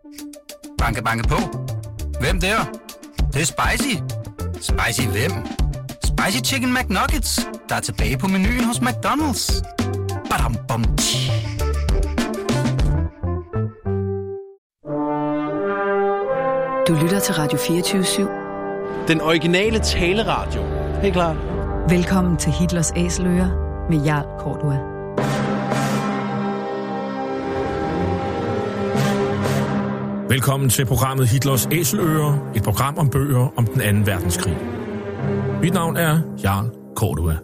Banke, banke på. Hvem der? Det er spicy. Spicy hvem? Spicy Chicken McNuggets, der er tilbage på menuen hos McDonald's. Badum, bom, tji. Du lytter til Radio 24/7. Den originale taleradio. Helt klart. Velkommen til Hitlers Æseløer med Jarl Cordua. Velkommen til programmet Hitlers Æseløer, et program om bøger om den anden verdenskrig. Mit navn er Jarl Cordua.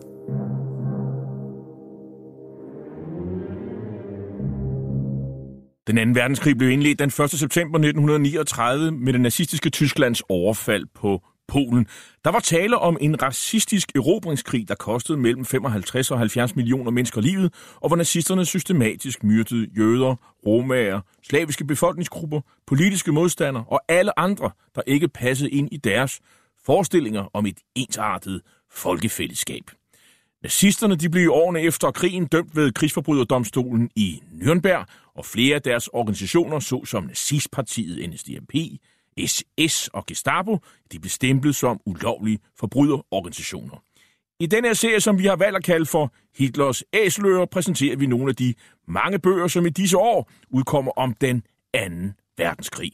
Den anden verdenskrig blev indledt den 1. september 1939 med det nazistiske Tysklands overfald på Polen. Der var tale om en racistisk erobringskrig, der kostede mellem 55 og 70 millioner mennesker livet, og hvor nazisterne systematisk myrdede jøder, romaer, slaviske befolkningsgrupper, politiske modstandere og alle andre, der ikke passede ind i deres forestillinger om et ensartet folkefællesskab. Nazisterne de blev i årene efter krigen dømt ved krigsforbryderdomstolen i Nürnberg, og flere af deres organisationer, såsom nazistpartiet NSDAP, SS og Gestapo, de blev stemplet som ulovlige forbryderorganisationer. I denne her serie, som vi har valgt at kalde for Hitlers Æseløer, præsenterer vi nogle af de mange bøger, som i disse år udkommer om den anden verdenskrig.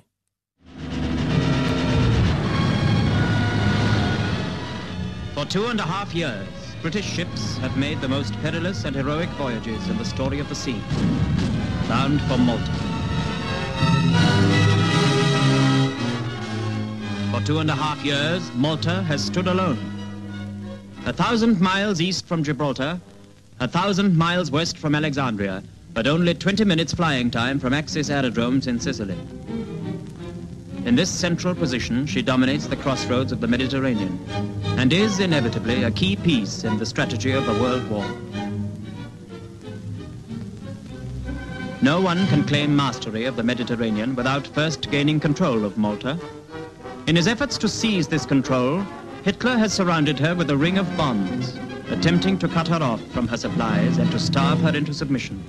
For 2.5 years, British ships have made the most perilous and heroic voyages in the story of the sea, bound for Malta. For 2.5 years, Malta has stood alone. 1,000 miles east from Gibraltar, 1,000 miles west from Alexandria, but only 20 minutes flying time from Axis aerodromes in Sicily. In this central position, she dominates the crossroads of the Mediterranean and is inevitably a key piece in the strategy of the World War. No one can claim mastery of the Mediterranean without first gaining control of Malta. In his efforts to seize this control, Hitler has surrounded her with a ring of bonds, attempting to cut her off from her supplies and to starve her into submission.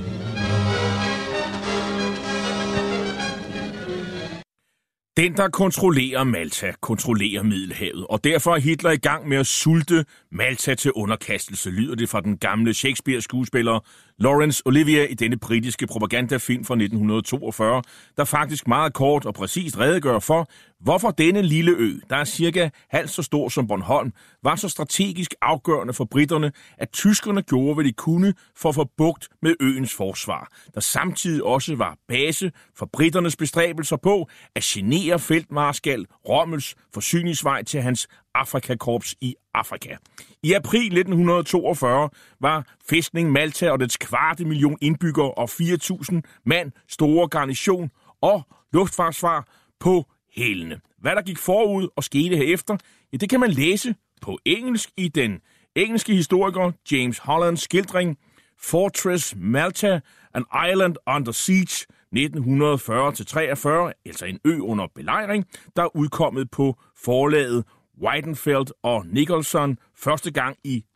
Den, der kontrollerer Malta, kontrollerer Middelhavet, og derfor er Hitler i gang med at sulte Malta til underkastelse, lyder det fra den gamle Shakespeare-skuespiller Laurence Olivier i denne britiske propagandafilm fra 1942, der faktisk meget kort og præcist redegør for, hvorfor denne lille ø, der er cirka halvt så stor som Bornholm, var så strategisk afgørende for britterne, at tyskerne gjorde, hvad de kunne for at få bugt med øens forsvar, der samtidig også var base for britternes bestræbelser på at genere feltmarskal Rommels forsyningsvej til hans Afrikakorps i Afrika. I april 1942 var fæstning Malta og dets 250.000 indbyggere og 4.000 mand store garnison og luftforsvar på hælene. Hvad der gik forud og skete herefter, ja, det kan man læse på engelsk i den engelske historiker James Hollands skildring Fortress Malta, an Island Under Siege 1940-43, altså en ø under belejring, der er udkommet på forlaget Weidenfeld og Nicholson første gang i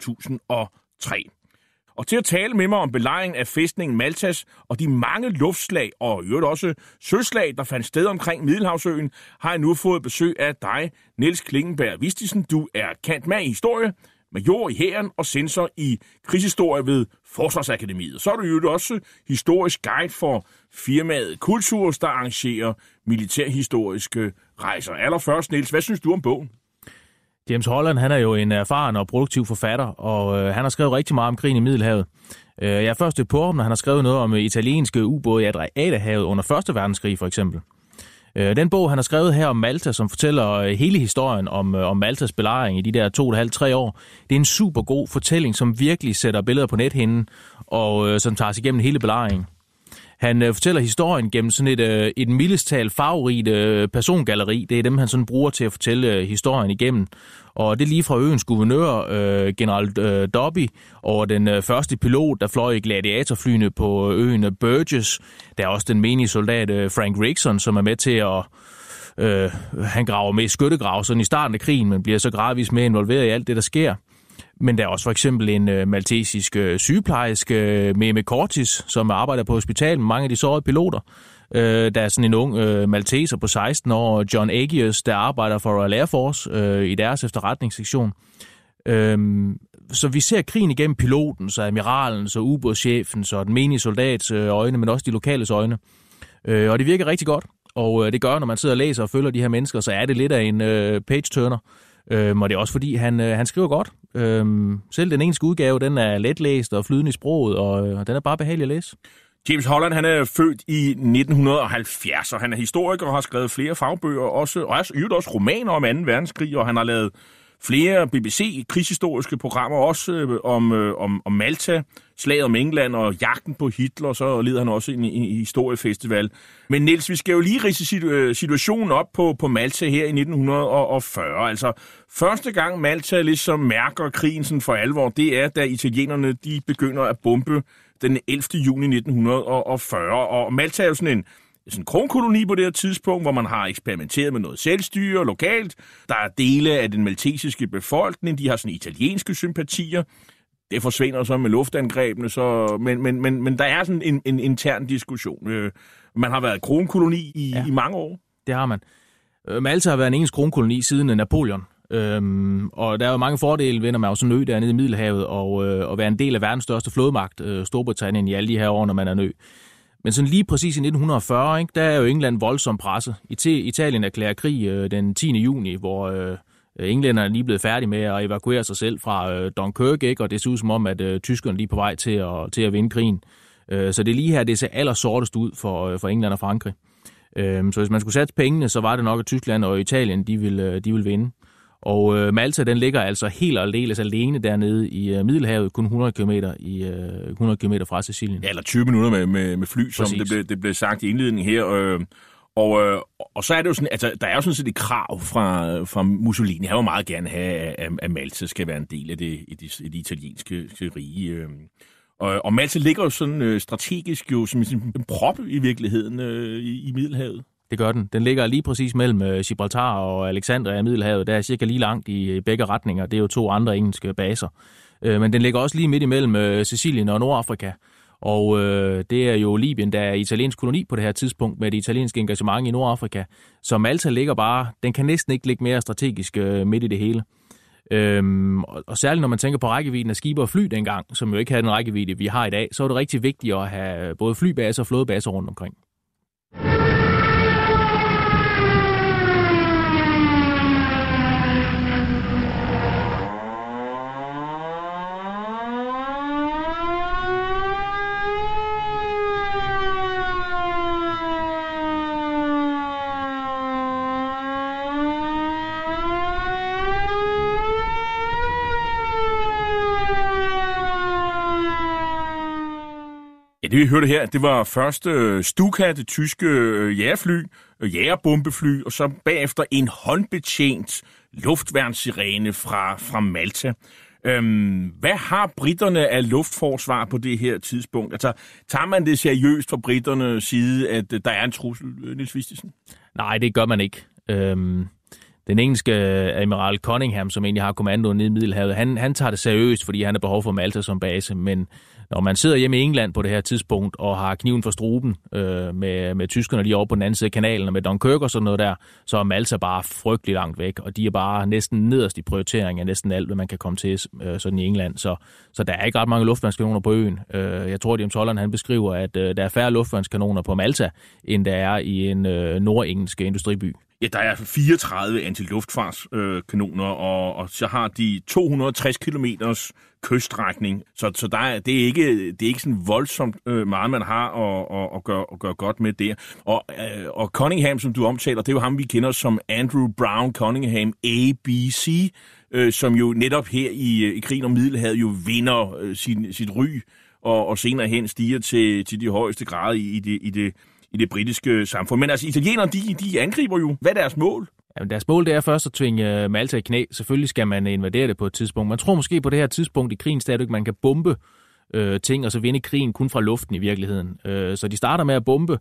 2003. Og til at tale med mig om belejringen af fæstningen Maltas og de mange luftslag og i øvrigt også søslag, der fandt sted omkring Middelhavsøen, har jeg nu fået besøg af dig, Niels Klingenberg Vistisen. Du er kendt med i historie, major i hæren og censor i krigshistorie ved Forsvarsakademiet. Så er du jo også historisk guide for firmaet Kulturs, der arrangerer militærhistoriske rejser. Allerførst, Niels, hvad synes du om bogen? James Holland, han er jo en erfaren og produktiv forfatter, og han har skrevet rigtig meget om krigen i Middelhavet. Jeg er først på ham, når han har skrevet noget om italienske ubåde i Adriaterhavet under 1. verdenskrig for eksempel. Den bog, han har skrevet her om Malta, som fortæller hele historien om Maltas belejring i de der 2,5-3 år, det er en super god fortælling, som virkelig sætter billeder på nethinden, og som tager sig igennem hele belejringen. Han fortæller historien gennem sådan et mildest talt farverigt persongalleri. Det er dem, han sådan bruger til at fortælle historien igennem. Og det er lige fra øens guvernør, general Dobby, og den første pilot, der fløj i gladiatorflyene på øen Burgess. Der er også den menige soldat Frank Rickson, som er med til at... han graver med i skyttegrav sådan i starten af krigen, men bliver så gradvist mere involveret i alt det, der sker. Men der er også for eksempel en maltesisk sygeplejerske, Meme Cortis, som arbejder på hospitalet med mange af de sårede piloter. Der er sådan en ung malteser på 16 år, John Agius, der arbejder for Royal Air Force i deres efterretningssektion. Så vi ser krigen igennem pilotens og admiralens og ubådschefens og den menige soldats øjne, men også de lokales øjne. Og det virker rigtig godt, og det gør, når man sidder og læser og følger de her mennesker, så er det lidt af en page-turner. Og det er også fordi, han skriver godt. Selv den engelske udgave, den er letlæst og flydende i sproget, og den er bare behagelig at læse. James Holland, han er født i 1970, og han er historiker og har skrevet flere fagbøger, og også romaner om 2. verdenskrig, og han har lavet flere BBC-krigshistoriske programmer, også om Malta, slaget om England og jagten på Hitler, så leder han også en historiefestival. Men Niels, vi skal jo lige ridse situationen op på Malta her i 1940. Altså, første gang Malta ligesom mærker krigen sådan for alvor, det er, da italienerne de begynder at bombe den 11. juni 1940. Og Malta er jo sådan en kronkoloni på det her tidspunkt, hvor man har eksperimenteret med noget selvstyre lokalt. Der er dele af den maltesiske befolkning, de har sådan italienske sympatier. Det forsvinder så med luftangrebene, men der er sådan en intern diskussion. Man har været kronkoloni i mange år. Det har man. Malta har været en engelsk kronkoloni siden Napoleon. Og der er jo mange fordele ved, når man er sådan en ø dernede i Middelhavet, og være en del af verdens største flådemagt, Storbritannien, i alle de her år, når man er en ø. Men sådan lige præcis i 1940, ikke, der er jo England voldsomt presset. Italien erklærer krig den 10. juni, hvor englænderne er lige blevet færdige med at evakuere sig selv fra Dunkirk, ikke, og det ser ud som om, at tyskerne lige er på vej til at vinde krigen. Så det er lige her, det ser allersortest ud for England og Frankrig. Så hvis man skulle sætte pengene, så var det nok, at Tyskland og Italien, de vil vinde. Og Malta, den ligger altså helt og aldeles alene dernede i Middelhavet, kun 100 km fra Sicilien. Ja, eller 20 minutter med fly, som det blev sagt i indledningen her. Og så er det jo sådan, altså der er jo sådan set et krav fra Mussolini. Han vil meget gerne have, at Malta skal være en del af det italienske rige. Og Malta ligger jo sådan strategisk jo som en prop i virkeligheden i Middelhavet. Det gør den. Den ligger lige præcis mellem Gibraltar og Alexandria i Middelhavet. Der er cirka lige langt i begge retninger. Det er jo 2 andre engelske baser. Men den ligger også lige midt imellem Sicilien og Nordafrika. Og det er jo Libyen, der er italiensk koloni på det her tidspunkt med det italienske engagement i Nordafrika. Så Malta ligger bare, den kan næsten ikke ligge mere strategisk midt i det hele. Og særligt når man tænker på rækkevidden af skibe og fly dengang, som jo ikke havde den rækkevidde, vi har i dag, så er det rigtig vigtigt at have både flybaser og flådebaser rundt omkring. Det vi hørte her, det var først Stuka, det tyske jægerbombefly, og så bagefter en håndbetjent luftværnssirene fra Malta. Hvad har britterne af luftforsvar på det her tidspunkt? Altså, tager man det seriøst fra britternes side, at der er en trussel, Niels Vistisen? Nej, det gør man ikke. Den engelske admiral Cunningham, som egentlig har kommandoen nede i Middelhavet, han tager det seriøst, fordi han har behov for Malta som base, men når man sidder hjemme i England på det her tidspunkt og har kniven for struben med tyskerne lige over på den anden side af kanalen og med Dunkirk og sådan noget der, så er Malta bare frygtelig langt væk, og de er bare næsten nederst i prioritering af næsten alt, hvad man kan komme til sådan i England. Så der er ikke ret mange luftværnskanoner på øen. Jeg tror, at James Holland han beskriver, at der er færre luftværnskanoner på Malta, end der er i en nordengelsk industriby. Ja, der er 34 antiluftfartskanoner, og så har de 260 kilometers kyststrækning. Så det er ikke sådan voldsomt meget, man har at gøre godt med der. Og Cunningham, som du omtaler, det er jo ham, vi kender som Andrew Brown Cunningham, ABC, som jo netop her i krigen om Middelhavet jo vinder sit ry, og senere hen stiger til de højeste grader i det britiske samfund. Men altså, italienerne, de angriber jo. Hvad er deres mål? Jamen, deres mål det er først at tvinge Malta i knæ. Selvfølgelig skal man invadere det på et tidspunkt. Man tror måske på det her tidspunkt i krigen stadig, man kan bombe ting, og så vinde krigen kun fra luften i virkeligheden. Så de starter med at bombe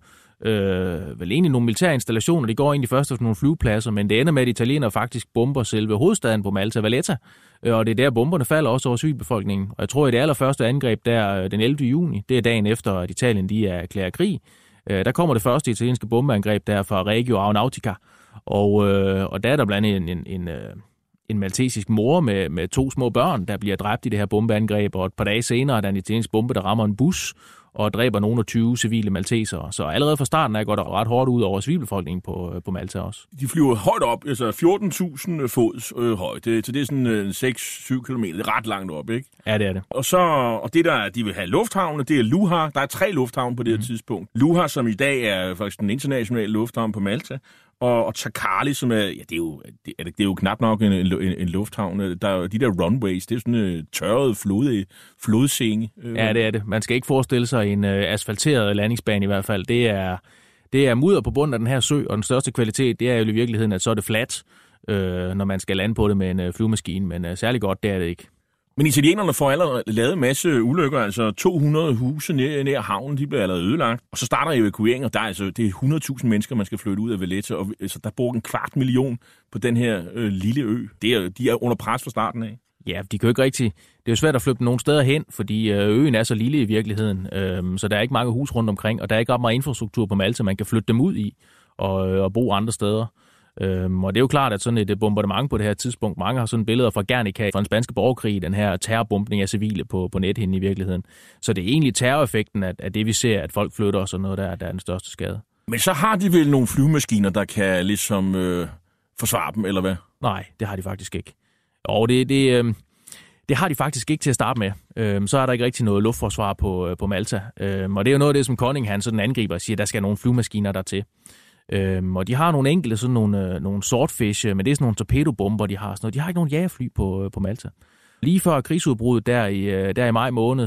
vel egentlig nogle militære installationer. De går egentlig først efter nogle flyvepladser, men det ender med, at italienere faktisk bomber selve hovedstaden på Malta, Valletta. Og det er der, bomberne falder også over civilbefolkningen. Og jeg tror, at det allerførste angreb der den 11. juni, det er dagen efter, at Italien de erklærer krig. Der kommer det første italienske bombeangreb der fra Regio Aeronautica, og der er der blandt andet en maltesisk mor med 2 små børn, der bliver dræbt i det her bombeangreb, og et par dage senere er der en italiensk bombe, der rammer en bus og dræber nogle af 20 civile maltesere. Så allerede fra starten er går der ret hårdt ud over civilbefolkningen på Malta også. De flyver højt op, altså 14.000 fods højde, så det er sådan 6-7 kilometer. Det er ret langt op, ikke? Ja, det er det. Og det der, de vil have lufthavne, det er Luha. Der er 3 lufthavne på det her tidspunkt. Luha, som i dag er faktisk den internationale lufthavn på Malta, og Takali, som er, det er jo knap nok en lufthavn. Der er de der runways, det er sådan tørrede flodsenge. Ja, det er det. Man skal ikke forestille sig en asfalteret landingsbane i hvert fald. Det er mudder på bunden af den her sø, og den største kvalitet, det er jo i virkeligheden, at så er det fladt, når man skal lande på det med en flyvemaskine, men særlig godt, det er det ikke. Men italienerne får allerede lavet en masse ulykker, altså 200 huse nær havnen, de bliver allerede ødelagt. Og så starter evakueringen, og det er 100.000 mennesker, man skal flytte ud af Valletta, og så der bor 250.000 på den her lille ø. De er under pres fra starten af. Ja, de kan jo ikke rigtig. Det er jo svært at flytte nogen steder hen, fordi øen er så lille i virkeligheden, så der er ikke mange hus rundt omkring, og der er ikke ret meget infrastruktur på Malta, man kan flytte dem ud i og bo andre steder. Og det er jo klart, at sådan et bombardement på det her tidspunkt, mange har sådan billeder fra Guernica, fra den spanske borgerkrig, den her terrorbombning af civile på nethinden i virkeligheden. Så det er egentlig terroreffekten af det, vi ser, at folk flytter og sådan noget, der er den største skade. Men så har de vel nogle flyvemaskiner, der kan ligesom forsvare dem, eller hvad? Nej, det har de faktisk ikke. Og det har de faktisk ikke til at starte med. Så er der ikke rigtig noget luftforsvar på Malta. Og det er jo noget af det, som Conning han sådan angriber og siger, at der skal nogle flyvemaskiner der til. Og de har nogle enkelte sådan nogle Swordfish, men det er sådan nogle torpedobomber, de har. Sådan noget. De har ikke nogen jagerfly på Malta. Lige før krigsudbruddet der i maj måned,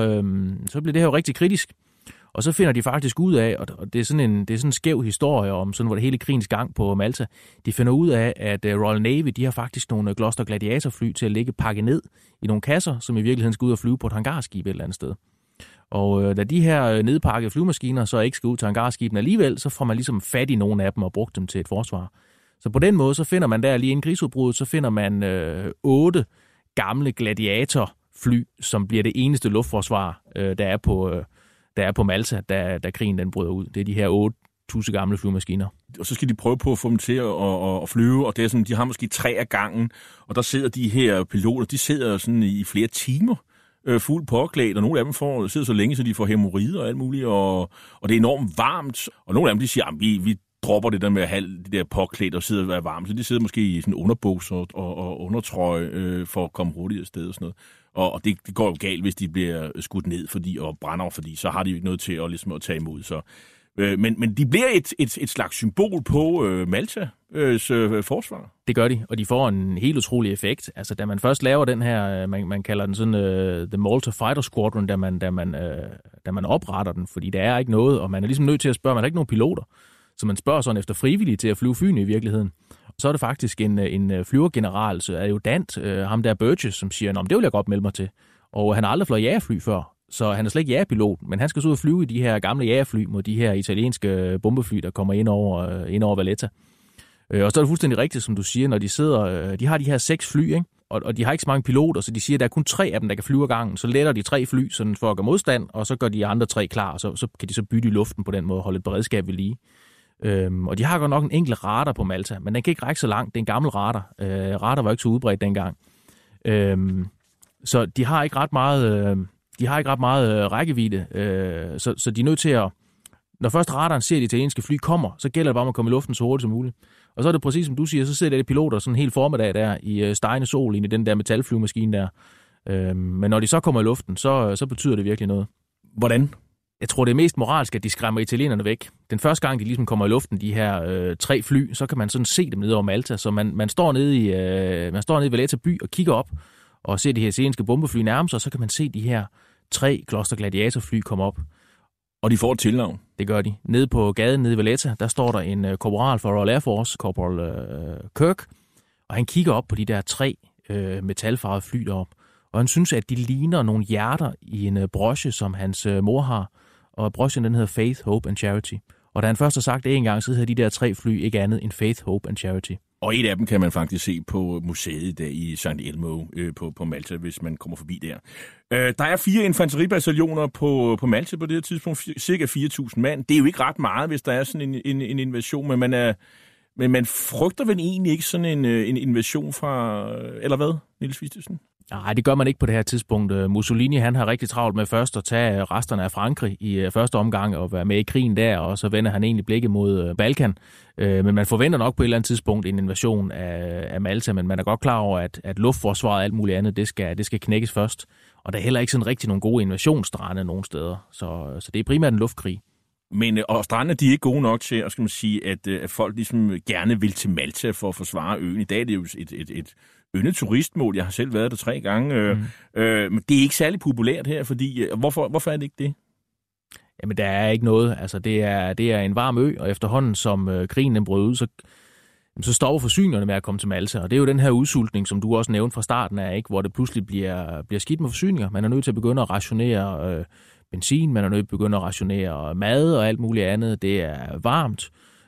så blev det her jo rigtig kritisk. Og så finder de faktisk ud af, og det er sådan en skæv historie om sådan, hvor det hele krigens gang på Malta. De finder ud af, at Royal Navy, de har faktisk nogle Gloster Gladiator-fly til at ligge pakket ned i nogle kasser, som i virkeligheden skal ud og flyve på et hangarskib et eller andet sted. Og da de her nedpakkede flyvemaskiner så ikke skal ud til hangarskibene alligevel, så får man ligesom fat i nogle af dem og brugt dem til et forsvar. Så på den måde, så finder man der lige inden krigsudbruddet, så finder man 8 gamle Gladiator-fly, som bliver det eneste luftforsvar, der er på Malta, da krigen den bryder ud. Det er de her 8 gamle flyvemaskiner. Og så skal de prøve på at få dem til at flyve, og det er sådan, de har måske 3 af gangen, og der sidder de her piloter, de sidder sådan i flere timer, fuldt påklædt, og nogle af dem sidder så længe, så de får hæmorider og alt muligt, og det er enormt varmt, og nogle af dem, de siger, at vi dropper det der med at have det der påklædt og sidde og være varmt, så de sidder måske i sådan underbuks og undertrøje for at komme hurtigt afsted og sådan noget. Og det går jo galt, hvis de bliver skudt ned og brænder, fordi så har de jo ikke noget til at, ligesom, at tage imod. Så. Men de bliver et slags symbol på Maltas forsvar. Det gør de, og de får en helt utrolig effekt. Altså, da man først laver den her, man kalder den sådan The Malta Fighter Squadron, da man opretter den, fordi der er ikke noget, og man er ligesom nødt til at spørge, man har ikke nogen piloter. Så man spørger sådan efter frivillige til at flyve flyene i virkeligheden. Og så er det faktisk en flyvergeneral, så adjudant, ham der Burgess, som siger, det vil jeg godt melde mig til. Og han har aldrig fløjet jagerfly før, så han er slet ikke jagerpilot, men han skal så ud og flyve i de her gamle jagerfly mod de her italienske bombefly, der kommer ind over Valletta. Og så er det fuldstændig rigtigt, som du siger, når de sidder, de har de her 6 fly, ikke? Og de har ikke så mange piloter, så de siger, at der er kun 3 af dem, der kan flyve ad gangen. Så letter de 3 fly sådan for at gøre modstand, og så gør de andre 3 klar, og så kan de så bytte i luften på den måde og holde et beredskab ved lige. Og de har godt nok en enkelt radar på Malta, men den kan ikke række så langt. Det er en gammel radar. Radar var ikke så udbredt dengang. Så de har ikke ret meget rækkevidde. Så de er nødt til at... Når først radaren ser, at de italienske fly kommer, så gælder det bare om at komme i luften så hurtigt som muligt. Og så er det præcis som du siger, så sidder de piloter sådan helt formiddag der i stegende sol inde i den der metalflyvemaskine der. Men når de så kommer i luften, så betyder det virkelig noget. Hvordan? Jeg tror, det er mest moralsk, at de skræmmer italienerne væk. Den første gang, de ligesom kommer i luften, de her 3 fly, så kan man sådan se dem nede over Malta. Så man står nede i Valletta by og kigger op og ser de her italienske bombefly nærme sig, og så kan man se de her 3 Gloster Gladiator-fly komme op. Og de får et tilnavn. Det gør de. Nede på gaden nede i Valletta, der står der en korporal fra Royal Air Force, Corporal Kirk, og han kigger op på de der 3 metalfarvede fly deroppe. Og han synes, at de ligner nogle hjerter i en broche, som hans mor har. Og brochen, den hedder Faith, Hope and Charity. Og da han først har sagt det en gang, så hedder de der 3 fly ikke andet end Faith, Hope and Charity. Og et af dem kan man faktisk se på museet i dag i St. Elmo på Malta, hvis man kommer forbi der. Der er 4 infanteribataljoner på Malta på det her tidspunkt, cirka 4.000 mand. Det er jo ikke ret meget, hvis der er sådan en invasion, men man frygter vel egentlig ikke sådan en invasion fra, eller hvad, Niels Vistisen? Nej, det gør man ikke på det her tidspunkt. Mussolini, han har rigtig travlt med først at tage resterne af Frankrig i første omgang og være med i krigen der, og så vender han egentlig blikket mod Balkan. Men man forventer nok på et eller andet tidspunkt en invasion af Malta, men man er godt klar over, at luftforsvaret og alt muligt andet, det skal knækkes først. Og der er heller ikke sådan rigtig nogle gode invasionsstrande nogen steder, så det er primært en luftkrig. Men og strandene, de er ikke gode nok til, skal man sige, at folk ligesom gerne vil til Malta for at forsvare øen. I dag er det jo et yndet turistmål. Jeg har selv været der 3 gange. Men det er ikke særlig populært her, fordi hvorfor er det ikke det? Jamen, der er ikke noget. Altså, det er en varm ø, og efterhånden som krigen den brød ud, så stopper forsyningerne med at komme til Malta. Og det er jo den her udsultning, som du også nævnte fra starten af, ikke, hvor det pludselig bliver skidt med forsyninger. Man er nødt til at begynde at rationere benzin, man er nødt til at begynde at rationere mad og alt muligt andet. Det er varmt.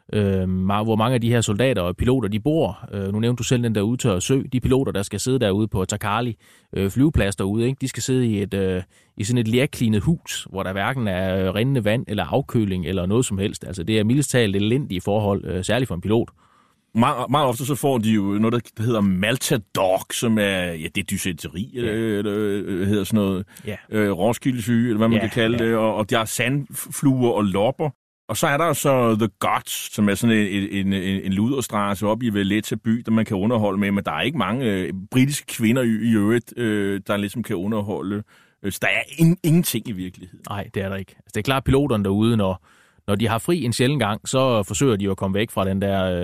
Hvor mange af de her soldater og piloter, de bor. Nu nævnte du selv den der udtørrede sø. De piloter, der skal sidde derude på Takali flyveplads derude, ikke? De skal sidde i sådan et lerklinet hus, hvor der hverken er rindende vand eller afkøling eller noget som helst. Altså det er mildest talt elendige forhold, særligt for en pilot. Meget ofte så får de jo noget, der hedder Malta Dog, som er, det er dysenteri, eller hedder sådan noget, Roskilde-syge, eller hvad man kan kalde det, og der er sandfluer og lopper. Og så er der så The Gods, som er sådan en luderstrasse op i Valletta by, der man kan underholde med, men der er ikke mange britiske kvinder i øvrigt, der ligesom kan underholde. Så der er ingenting i virkeligheden. Nej, det er der ikke. Altså, det er klart, piloterne derude, når de har fri en sjælden gang, så forsøger de at komme væk fra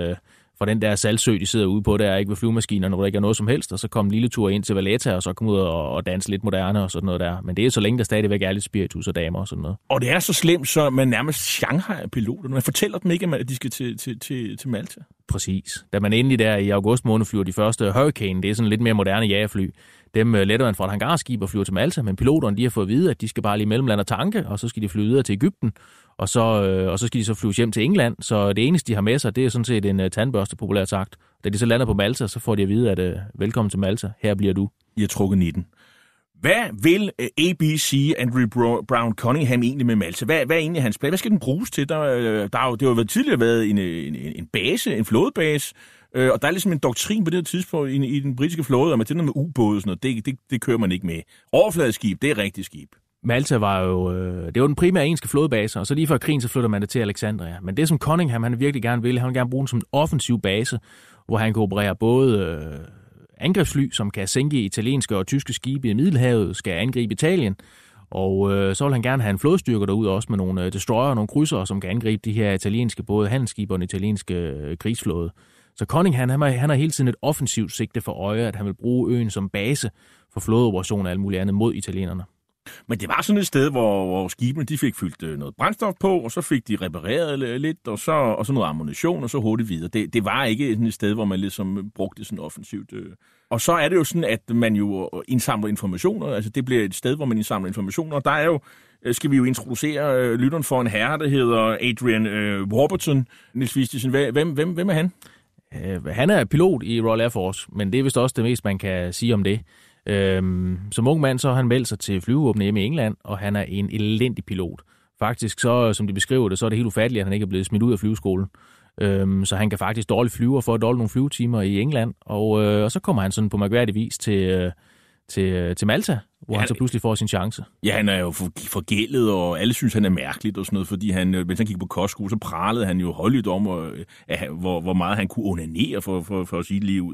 den der saltsø, de sidder ude på, der ikke ved flyvemaskinerne, hvor der ikke er noget som helst, og så komme en lille tur ind til Valletta, og så komme ud og danse lidt moderne og sådan noget der. Men det er så længe, der stadigvæk er lidt spiritus og damer og sådan noget. Og det er så slemt, så man nærmest Shanghai-piloterne. Man fortæller dem ikke, at de skal til Malta. Præcis. Da man endelig der i august måned flyver de første Hurricane, det er sådan lidt mere moderne jagerfly, dem letter man fra et hangarskib og flyver til Malta, men piloterne de har fået at vide, at de skal bare lige mellemlande og tanke, og så skal de flyve videre til Egypten. Og så skal de så flyve hjem til England, så det eneste, de har med sig, det er sådan set en tandbørste, populært sagt. Da de så lander på Malta, så får de at vide, at velkommen til Malta, her bliver du. I har trukket 19. Hvad vil ABC Andrew Brown Cunningham egentlig med Malta? Hvad er egentlig hans plan? Hvad skal den bruges til? Det har jo tidligere været en base, en flådebase, og der er ligesom en doktrin på det her tidspunkt i den britiske flåde, om at det der med ubåde og sådan noget, det kører man ikke med. Overfladeskib, det er rigtigt skib. Malta var jo det var den primære engelske flådebase, og så lige før krigen, så flytter man det til Alexandria. Men det, som Cunningham han virkelig gerne ville, han vil gerne bruge den som en offensiv base, hvor han kan operere både angrebsfly, som kan sænke italienske og tyske skibe i Middelhavet, skal angribe Italien, og så vil han gerne have en flådestyrke derude også med nogle destroyer og nogle krydsere, som kan angribe de her italienske både handelsskibe og den italienske krigsflåde. Så Cunningham han har hele tiden et offensivt sigte for øje, at han vil bruge øen som base for flådeoperationer og alt muligt andet mod italienerne. Men det var sådan et sted, hvor skibene de fik fyldt noget brændstof på, og så fik de repareret lidt, og så noget ammunition, og så hurtigt videre. Det var ikke et sted, hvor man ligesom brugte sådan offensivt. Og så er det jo sådan, at man jo indsamler informationer. Altså det bliver et sted, hvor man indsamler informationer. Og der er jo, skal vi jo introducere lytteren for en herre, der hedder Adrian Warburton. Niels Vistisen, hvem er han? Han er pilot i Royal Air Force, men det er vist også det mest, man kan sige om det. Som ung mand, så har han meldt sig til flyvevåbnet hjemme i England, og han er en elendig pilot. Faktisk, så som de beskriver det, så er det helt ufatteligt, at han ikke er blevet smidt ud af flyveskolen. Så han kan faktisk dårligt flyve og få dårligt nogle flyvetimer i England, og så kommer han sådan på mærkværdig vis til Malta, hvor han så pludselig får sin chance. Ja, han er jo forgældet, og alle synes, han er mærkeligt og sådan noget, fordi mens han gik på kostskole, så pralede han jo højlydt om, hvor meget han kunne onanere for sit liv.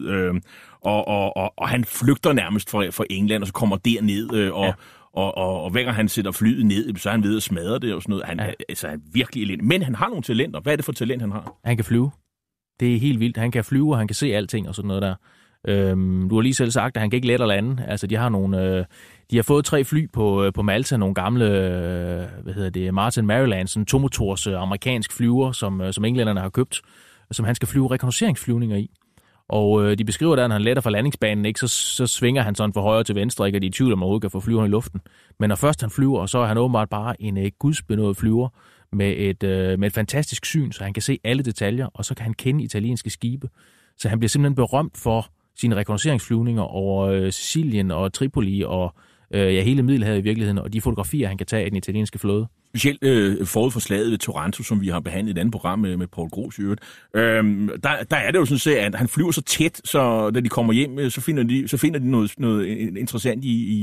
Og han flygter nærmest fra England, og så kommer derned, og hver gang han sætter flyet ned, så er han ved at smadre det og sådan noget. Han er virkelig elendig. Men han har nogle talenter. Hvad er det for talent, han har? Han kan flyve. Det er helt vildt. Han kan flyve, og han kan se alting og sådan noget der. Du har lige selv sagt, at han kan ikke lette eller andet. Altså, de har fået 3 fly på Malta, nogle gamle, Martin Maryland, sådan tomotors amerikansk flyver, som englænderne har købt, som han skal flyve rekognosceringsflyvninger i. Og de beskriver, at når han letter fra landingsbanen, ikke, så svinger han sådan fra højre til venstre, ikke, og de er i tvivl om, at man overhovedet kan få flyveren i luften. Men når først han flyver, så er han åbenbart bare en gudsbenået flyver med et fantastisk syn, så han kan se alle detaljer, og så kan han kende italienske skibe. Så han bliver simpelthen berømt for sine rekognosceringsflyvninger over Sicilien og Tripoli og hele Middelhavet i virkeligheden, og de fotografier, han kan tage af den italienske flåde. Specielt forud for slaget ved Taranto, som vi har behandlet i et andet program med Poul Gros i øvrigt. Der er det jo sådan set, at han flyver så tæt, så da de kommer hjem, så finder de noget interessant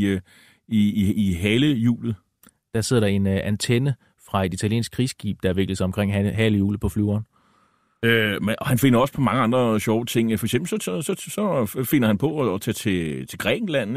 i halehjulet. Der sidder der en antenne fra et italiensk krigsskib, der vikler sig omkring halehjulet på flyveren. Og han finder også på mange andre sjove ting. For eksempel så finder han på at tage til Grækenland.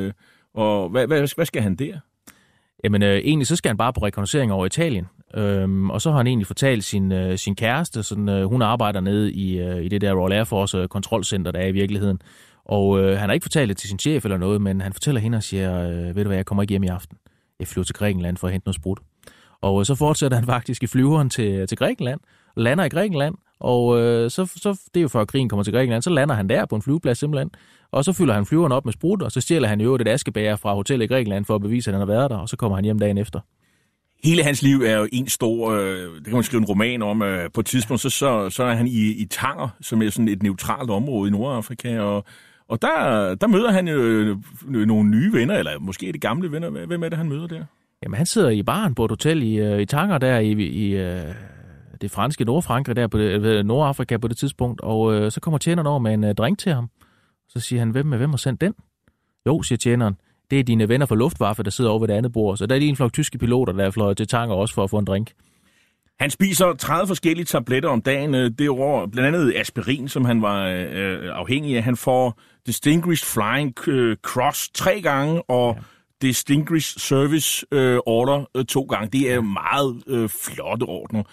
Og hvad skal han der? Jamen egentlig så skal han bare på rekognoscering over Italien. Og så har han egentlig fortalt sin kæreste, sådan, hun arbejder nede i det der Royal Air Force kontrolcenter, der er i virkeligheden. Og han har ikke fortalt det til sin chef eller noget, men han fortæller hende og siger, ved du hvad, jeg kommer ikke hjem i aften. Jeg flyver til Grækenland for at hente noget sprut. Og så fortsætter han faktisk i flyveren til Grækenland, lander i Grækenland, og så det er jo før krigen kommer til Grækenland, så lander han der på en flyveplads simpelthen, og så fylder han flyveren op med sprut, og så stjæler han jo et askebager fra hotellet i Grækenland for at bevise, at han har været der, og så kommer han hjem dagen efter. Hele hans liv er jo en stor, det kan man skrive en roman om, på et tidspunkt, så er han i Tanger, som er sådan et neutralt område i Nordafrika, og der møder han jo nogle nye venner, eller måske det gamle venner. Hvem er det, han møder der? Jamen, han sidder i baren på et hotel i Tanger, der i det franske Nordfrankrig, der på Nordafrika på det tidspunkt, og så kommer tjeneren over med en drink til ham. Så siger han, hvem har sendt den? Jo, siger tjeneren, det er dine venner fra Luftwaffe, der sidder over ved det andet bord. Så der er lige en flok tyske piloter, der er fløjet til Tanger også for at få en drink. Han spiser 30 forskellige tabletter om dagen. Det var blandt andet aspirin, som han var afhængig af. Han får Distinguished Flying Cross 3 gange, og Distinguished Service Order 2 gange. Det er meget flotte ordner.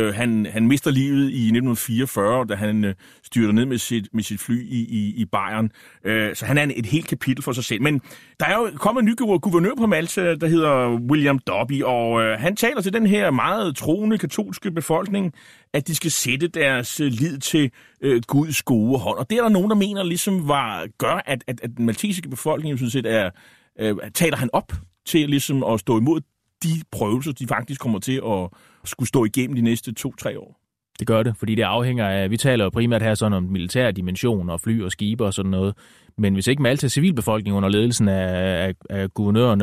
Han mister livet i 1944, da han styrter ned med sit fly i Bayern. Så han er et helt kapitel for sig selv. Men der er jo kommet en ny guvernør på Malta, der hedder William Dobbie, og han taler til den her meget troende katolske befolkning, at de skal sætte deres lid til Guds gode hånd. Og det er der nogen, der mener ligesom gør, at den maltesiske befolkning sådan set taler han op til ligesom at stå imod de prøvelser, de faktisk kommer til at skulle stå igennem de næste 2-3 år. Det gør det, fordi det afhænger af, vi taler jo primært her sådan om militær dimension og fly og skibe og sådan noget, men hvis ikke Maltas civilbefolkning under ledelsen af guvernøren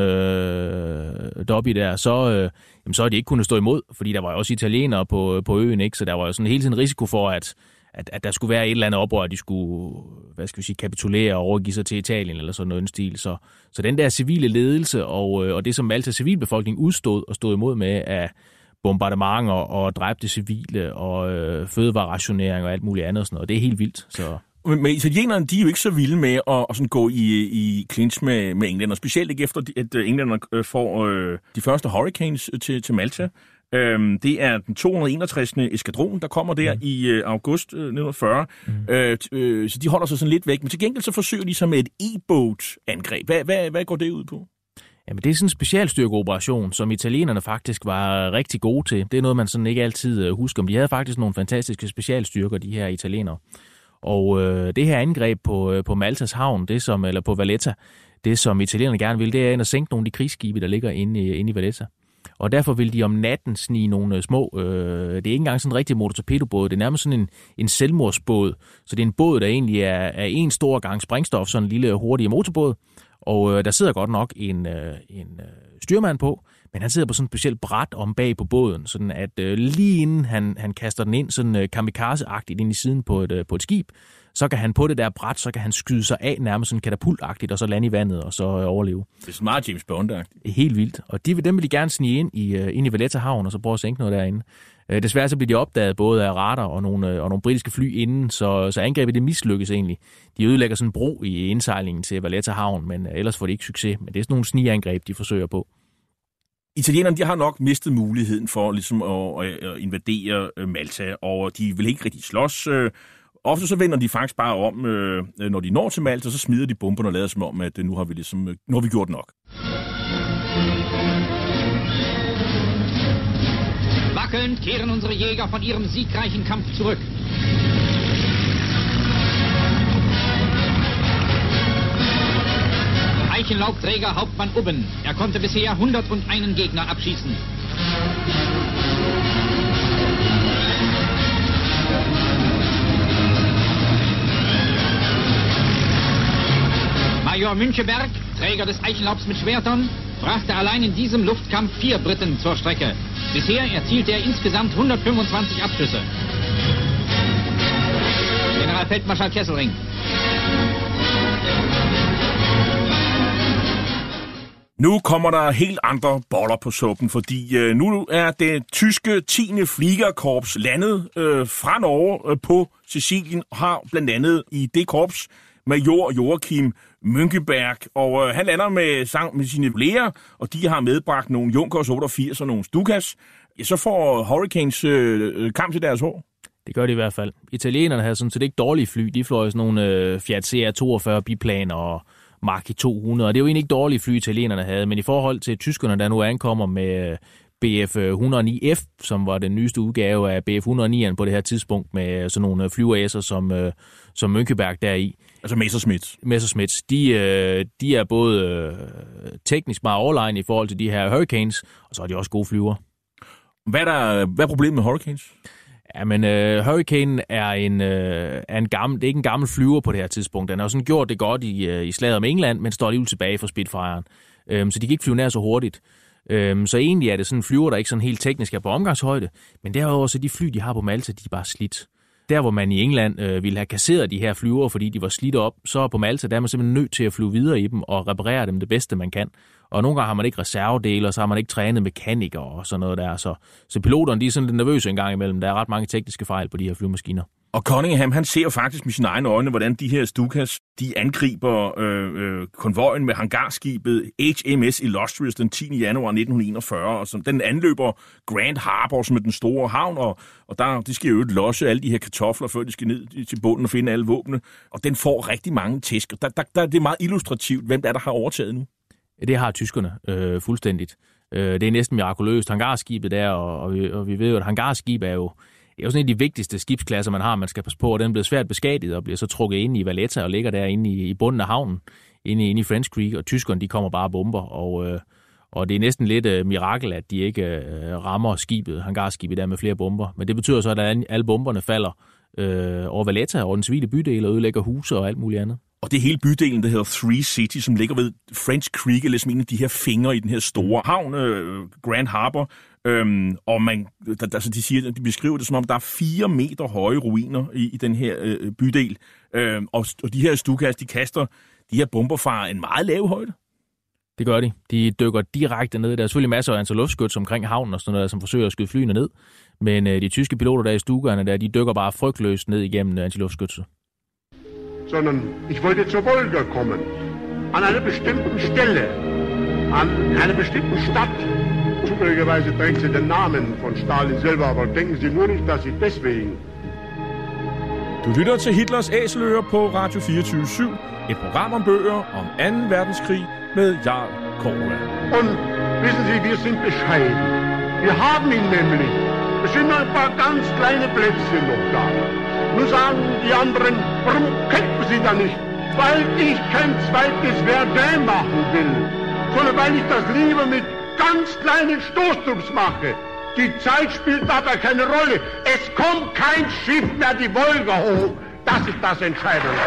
Dobbie der, så er de ikke kunnet stå imod, fordi der var jo også italienere på øen, ikke? Så der var jo sådan hele tiden risiko for, at der skulle være et eller andet oprør, at de skulle, kapitulere og overgive sig til Italien eller sådan noget stil. Så den der civile ledelse og det, som Maltas civilbefolkning udstod og stod imod med af bombardementer og dræbte civile og fødevarerationering og alt muligt andet og sådan noget, det er helt vildt. Så. Men italienerne, de er jo ikke så vilde med at sådan gå i clinch med englænder, specielt ikke efter, at englænderne får de første hurricanes til Malta. Det er den 261. eskadron, der kommer der i august 1940. Så de holder sig sådan lidt væk. Men til gengæld så forsøger de sig med et e-boat-angreb. Hvad går det ud på? Jamen, det er sådan en specialstyrkeoperation, som italienerne faktisk var rigtig gode til. Det er noget, man sådan ikke altid husker. Men de havde faktisk nogle fantastiske specialstyrker, de her italienere. Og det her angreb på Maltas havn, eller på Valletta, det som italienerne gerne vil, det er at sænke nogle af de krigsskibe, der ligger inde i Valletta. Og derfor vil de om natten snige nogle små, det er ikke engang sådan en rigtig motortorpedobåd, det er nærmest sådan en selvmordsbåd. Så det er en båd, der egentlig er en stor gang sprængstof, sådan en lille hurtig motorbåd. Og der sidder godt nok en styrmand på, men han sidder på sådan et specielt bræt om bag på båden, sådan at lige inden han kaster den ind sådan kamikaze-agtigt ind i siden på et skib, så kan han på det der bræt, så kan han skyde sig af nærmest sådan katapultagtigt, og så lande i vandet, og så overleve. Det er smart James Bond-agtigt. Helt vildt. Og dem vil de gerne snige ind i Valletta havn, og så prøve at sænke noget derinde. Desværre så bliver de opdaget både af radar og nogle britiske fly inden, så angrebet det mislykkes egentlig. De ødelægger sådan en bro i indsejlingen til Valletta havn, men ellers får de ikke succes. Men det er sådan nogle snigeangreb, de forsøger på. Italienerne, de har nok mistet muligheden for ligesom at invadere Malta, og de vil ikke rigtig slås. Ofte så vender de faktisk bare om, når de når til Malta, så smider de bomberne og lader som om, at nu har vi gjort nok. Wackelnd kehren unsere Jäger von ihrem siegreichen Kampf zurück. Eichenlaubträger Hauptmann Ubben. Er konnte bisher 101 Gegner abschießen. Major Müncheberg, Träger des Eichenlaubs mit Schwertern, brachte allein in diesem Luftkampf 4 Briten zur Strecke. Bisher erzielte er insgesamt 125 Abschüsse. Generalfeldmarschall Kesselring. Nu kommer der helt andre boller på suppen, fordi nu er det tyske 10. Fliegerkorps landet fra Norge på Sicilien, og har blandt andet i det korps major Joachim Müncheberg, og han lander med sine kolleger, og de har medbragt nogle Junkers 88 og nogle Stukas. Ja, så får Hurricanes kamp til deres hår. Det gør de i hvert fald. Italienerne havde sådan set ikke dårlige fly. De fløj sådan nogle Fiat CR42 biplaner og Mark 200, og det er jo egentlig ikke dårlige fly, italienerne havde, men i forhold til tyskerne, der nu ankommer med Bf-109F, som var den nyeste udgave af Bf-109'eren på det her tidspunkt, med sådan nogle flyveræser som Müncheberg deri. Altså Messerschmitts. De er både teknisk meget overlegne i forhold til de her Hurricanes, og så er de også gode flyver. Hvad er problemet med Hurricanes? Ja, men Hurricane er en gammel, det er ikke en gammel flyver på det her tidspunkt. Den har jo sådan gjort det godt i slaget om England, men står alligevel tilbage for Spitfire'en. Så de kan ikke flyve nær så hurtigt. Så egentlig er det sådan en flyver, der ikke sådan helt teknisk er på omgangshøjde, men derudover så de fly, de har på Malta, de er bare slidt. Der, hvor man i England ville have kasseret de her flyver, fordi de var slidt op, så på Malta, der er man simpelthen nødt til at flyve videre i dem og reparere dem det bedste, man kan. Og nogle gange har man ikke reservedele, og så har man ikke trænet mekanikere og sådan noget der. Så piloterne, de er sådan lidt nervøse en gang imellem. Der er ret mange tekniske fejl på de her flyvemaskiner. Og Cunningham, han ser faktisk med sine egne øjne, hvordan de her Stukas, de angriber konvojen med hangarskibet HMS Illustrious den 10. januar 1941. Og den anløber Grand Harbor, som er den store havn, og de skal jo losse alle de her kartofler, før de skal ned til bunden og finde alle våbne. Og den får rigtig mange tæsk. Og det er meget illustrativt, hvem der har overtaget nu. Det har tyskerne fuldstændigt. Det er næsten mirakuløst. Hangarskibet der, og vi ved jo, at hangarskib er jo sådan en af de vigtigste skibsklasser, man har, man skal passe på, og den bliver svært beskadiget og bliver så trukket ind i Valletta og ligger derinde i bunden af havnen, inde i French Creek, og tyskerne, de kommer bare og bomber, og det er næsten lidt mirakel, at de ikke rammer hangarskibet der med flere bomber. Men det betyder så, at alle bomberne falder over Valletta, over den civile bydel, og ødelægger huse og alt muligt andet. Og det er hele bydelen, der hedder Three City, som ligger ved French Creek, eller som en af de her fingre i den her store havn, Grand Harbor. Og de beskriver det som om, der er 4 meter høje ruiner i den her bydel. Og de her Stukas, de kaster de her bomber fra en meget lav højde. Det gør de. De dykker direkte ned. Der er selvfølgelig masser af antiluftskyts omkring havnen og sådan noget, som forsøger at skyde flyene ned. Men de tyske piloter der i Stugerne, de dykker bare frygtløst ned igennem antiluftskytset. Sondern ich wollte zur Wolga kommen. An einer bestimmten Stelle, an einer bestimmten Stadt. Zufälligerweise trägt sie den Namen von Stalin selber, aber denken Sie nur nicht, dass sie deswegen. Du lytter til Hitlers Æseløer på Radio 24/7, et program om bøger om 2. verdenskrig med Jarl Korva. Und wissen Sie, wir sind bescheiden. Wir haben ihn nämlich. Es sind nur ein paar ganz kleine Plätzchen noch da. Nun sagen die anderen, warum kämpfen Sie da nicht? Weil ich kein zweites Verdun machen will, sondern weil ich das lieber mit ganz kleinen Stoßtrupps mache. Die Zeit spielt dabei keine Rolle. Es kommt kein Schiff mehr die Wolga hoch. Das ist das Entscheidende.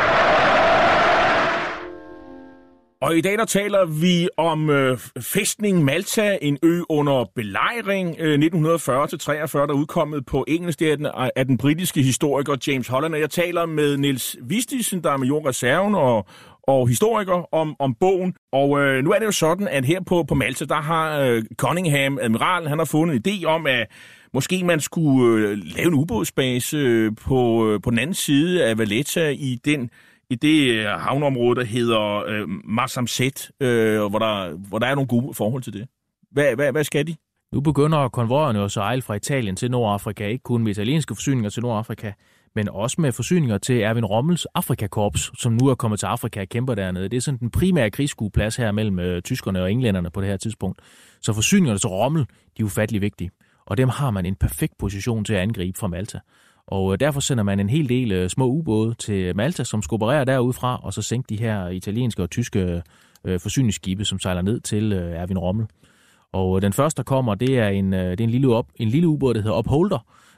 Og i dag der taler vi om fæstningen Malta, en ø under belejring 1940-43, der udkommet på engelsk af den britiske historiker James Holland. Og jeg taler med Niels Vistisen, der er majorreserven og historiker om bogen. Og nu er det jo sådan, at her på Malta, der har Cunningham, admiralen, han har fundet en idé om, at måske man skulle lave en ubådsbase på den anden side af Valletta i det havneområde, der hedder Marsamset, hvor der er nogle gode forhold til det. Hvad skal de? Nu begynder konvojerne at sejle fra Italien til Nordafrika, ikke kun med italienske forsyninger til Nordafrika, men også med forsyninger til Erwin Rommels Afrikakorps, som nu er kommet til Afrika og kæmper dernede. Det er sådan den primære krigsskueplads her mellem tyskerne og englænderne på det her tidspunkt. Så forsyningerne til Rommel, de er ufattelig vigtige, og dem har man en perfekt position til at angribe fra Malta. Og derfor sender man en hel del små ubåde til Malta, som skal operere derudfra, og så sænke de her italienske og tyske forsyningsskibe, som sejler ned til Erwin Rommel. Og den første, der kommer, det er en lille ubåd, der hedder Upholder,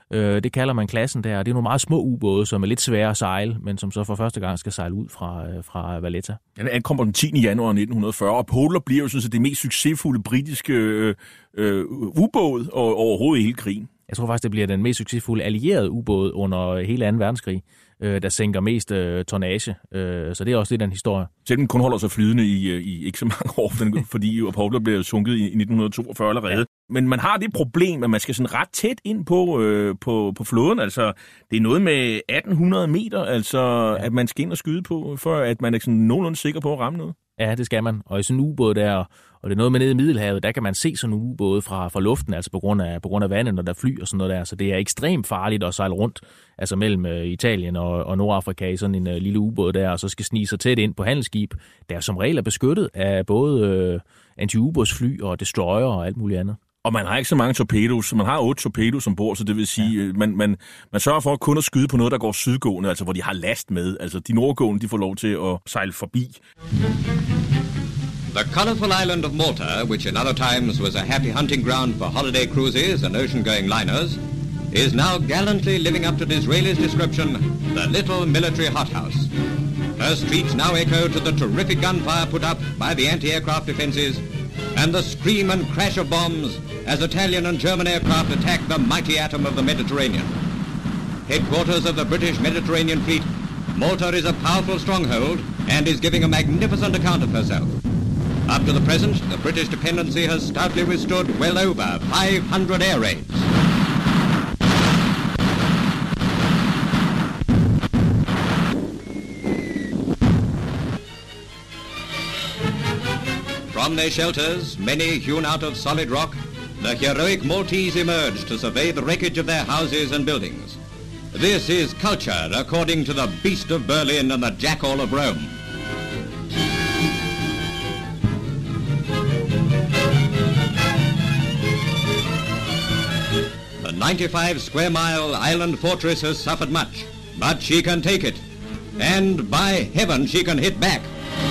Det kalder man klassen der. Det er nogle meget små ubåde, som er lidt svære at sejle, men som så for første gang skal sejle ud fra Valletta. Den ankommer den 10. januar 1940, og Polar bliver jo sådan set det mest succesfulde britiske ubåd overhovedet i hele krigen. Jeg tror faktisk, det bliver den mest succesfulde allierede ubåd under hele 2. verdenskrig, der sænker mest tonnage. Så det er også lidt af en historie. Selvom den kun holder sig flydende i ikke så mange år, fordi Polar blev sunket i 1942 allerede. Ja. Men man har det problem, at man skal sådan ret tæt ind på floden. Altså, det er noget med 1800 meter, altså, at man skal ind og skyde på, for at man er sådan nogenlunde sikker på at ramme noget. Ja, det skal man. Og i sådan en ubåd der, og det er noget med nede i Middelhavet, der kan man se sådan en ubåd fra luften, altså på grund af vandet, når der flyr og sådan noget der. Så det er ekstremt farligt at sejle rundt, altså mellem Italien og Nordafrika i sådan en lille ubåd der, og så skal snige sig tæt ind på handelsskib, der som regel er beskyttet af både anti-ubådsfly og destroyer og alt muligt andet. Og man har ikke så mange torpedos. Man har 8 torpedos ombord, så det vil sige, man sørger for kun at skyde på noget, der går sydgående, altså hvor de har last med. Altså de nordgående, de får lov til at sejle forbi. The colorful island of Malta, which in other times was a happy hunting ground for holiday cruises and ocean-going liners, is now gallantly living up to Disraeli's description, the little military hothouse. Her streets now echo to the terrific gunfire put up by the anti-aircraft defenses and the scream and crash of bombs as Italian and German aircraft attack the mighty atom of the Mediterranean. Headquarters of the British Mediterranean Fleet, Malta is a powerful stronghold and is giving a magnificent account of herself. Up to the present, the British dependency has stoutly withstood well over 500 air raids. From their shelters, many hewn out of solid rock, the heroic Maltese emerged to survey the wreckage of their houses and buildings. This is culture, according to the beast of Berlin and the jackal of Rome. The 95 square mile island fortress has suffered much, but she can take it. And by heaven, she can hit back.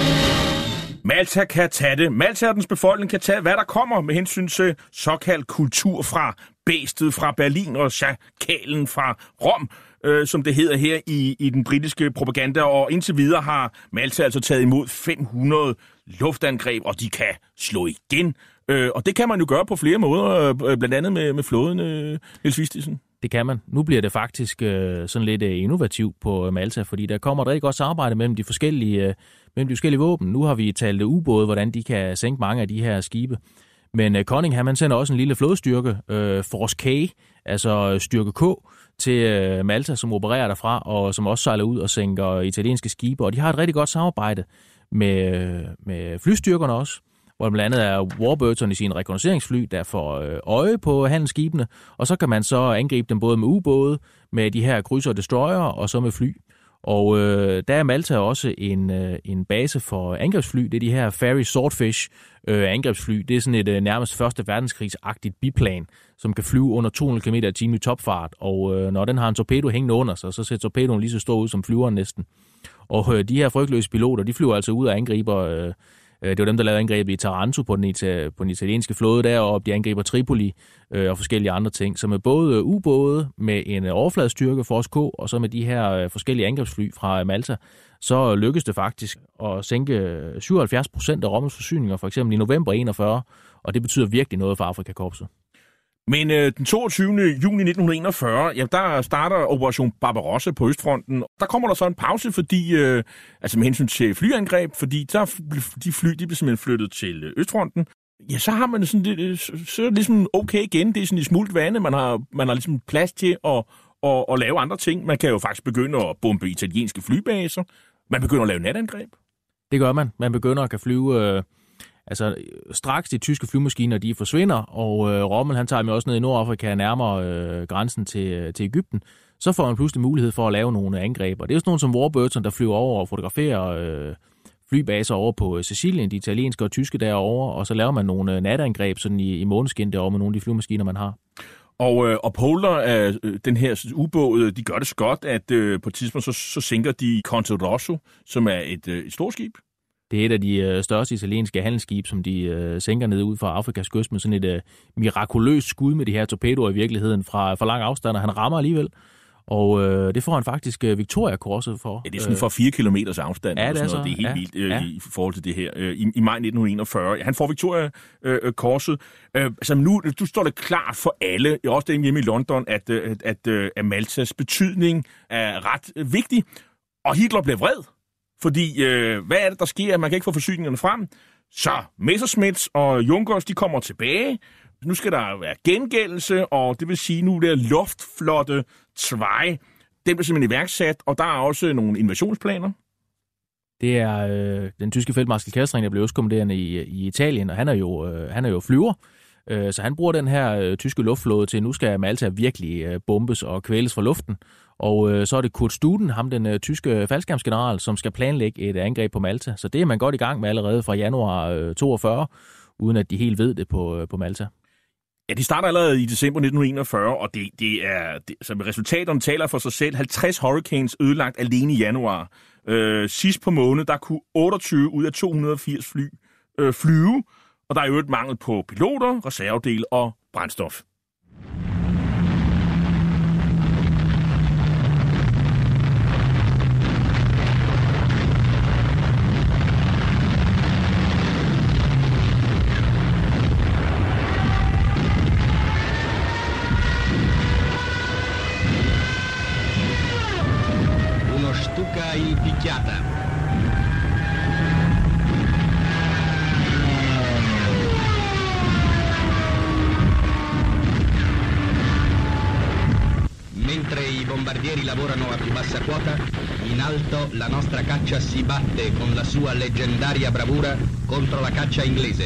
Malta kan tage det. Malta og dens befolkning kan tage, hvad der kommer med hensyn til såkaldt kultur fra bæstet fra Berlin og chakalen fra Rom, som det hedder her i den britiske propaganda. Og indtil videre har Malta altså taget imod 500 luftangreb, og de kan slå igen. Og det kan man jo gøre på flere måder, blandt andet med flåden, Niels Vistisen. Det kan man. Nu bliver det faktisk sådan lidt innovativt på Malta, fordi der kommer et rigtig godt samarbejde mellem de forskellige våben. Nu har vi talt ubåde, hvordan de kan sænke mange af de her skibe. Men Cunningham, han sender også en lille flådestyrke, Force K, altså styrke K, til Malta, som opererer derfra, og som også sejler ud og sænker italienske skibe. Og de har et rigtig godt samarbejde med flystyrkerne også, hvor blandt andet er Warburton i sine rekognosceringsfly, der får øje på handelsskibene, og så kan man så angribe dem både med ubåde, med de her krydser og destroyer, og så med fly. Og der er Malta også en base for angrebsfly. Det er de her Fairey Swordfish angrebsfly. Det er sådan et nærmest første verdenskrigsagtigt biplan, som kan flyve under 200 km/t i topfart. Og når den har en torpedo hængende under sig, så ser torpedoen lige så stor ud som flyveren næsten. Og de her frygtløse piloter, de flyver altså ud og angriber. Det var dem, der lavede angrebet i Taranto på den italienske flåde deroppe. De angriber Tripoli og forskellige andre ting. Så med både ubåde, med en overfladestyrke Force K, og så med de her forskellige angrebsfly fra Malta, så lykkedes det faktisk at sænke 77% af Rommels forsyninger, for eksempel i november 41, og det betyder virkelig noget for Afrikakorpset. Men den 22. juni 1941, ja, der starter Operation Barbarossa på Østfronten. Der kommer der så en pause, fordi, altså med hensyn til flyangreb, fordi de fly de bliver simpelthen flyttet til Østfronten. Ja, så har man sådan lidt, så er det ligesom okay igen. Det er sådan i smult vande. Man har ligesom plads til at lave andre ting. Man kan jo faktisk begynde at bombe italienske flybaser. Man begynder at lave natangreb. Det gør man. Man begynder at kan flyve. Altså straks de tyske flymaskiner, de forsvinder, og Rommel, han tager dem også ned i Nordafrika, nærmere grænsen til Egypten, så får man pludselig mulighed for at lave nogle angreb. Og det er jo sådan nogle som Warburton, der flyver over og fotograferer flybaser over på Sicilien, de italienske og tyske derovre, og så laver man nogle natangreb sådan i måneskin derovre med nogle af de flymaskiner, man har. Og Polar, den her ubåd, de gør det så godt, at på et tidspunkt så sænker de Conte Rosso, som er et stort skib. Det er et af de største italienske handelsskib, som de sænker ned ud fra Afrikas kyst med sådan et mirakuløst skud med de her torpedoer i virkeligheden fra lang afstand, og han rammer alligevel. Og det får han faktisk Victoria-korset for. Ja, det er sådan for 4 kilometers afstand. Ja, det er sådan noget. Det er helt vildt i forhold til det her. I maj 1941. Han får Victoria-korset. Altså nu står det klart for alle, også dem hjemme i London, at Maltas betydning er ret vigtig. Og Hitler bliver vred. Fordi, hvad er det, der sker? Man kan ikke få forsyningerne frem. Så Messerschmitt og Junkers, de kommer tilbage. Nu skal der være gengældelse, og det vil sige, nu er det luftflotte Zwei. Den bliver simpelthen iværksat, og der er også nogle invasionsplaner. Det er den tyske feltmarskal Kesselring, der blev udkommanderende i Italien, og han er jo flyver. Så han bruger den her tyske luftflåde til, nu skal Malta virkelig bombes og kvæles fra luften. Og så er det Kurt Studen, ham den tyske faldskærmsgeneral, som skal planlægge et angreb på Malta. Så det er man godt i gang med allerede fra januar 42, uden at de helt ved det på Malta. Ja, de starter allerede i december 1941, og så resultaterne taler for sig selv. 50 Hurricanes ødelagt alene i januar. Sidst på måned, der kunne 28 ud af 280 fly flyve, og der er jo et mangel på piloter, reservedel og brændstof. il picchiata. Mentre i bombardieri lavorano a più bassa quota, in alto la nostra caccia si batte con la sua leggendaria bravura contro la caccia inglese.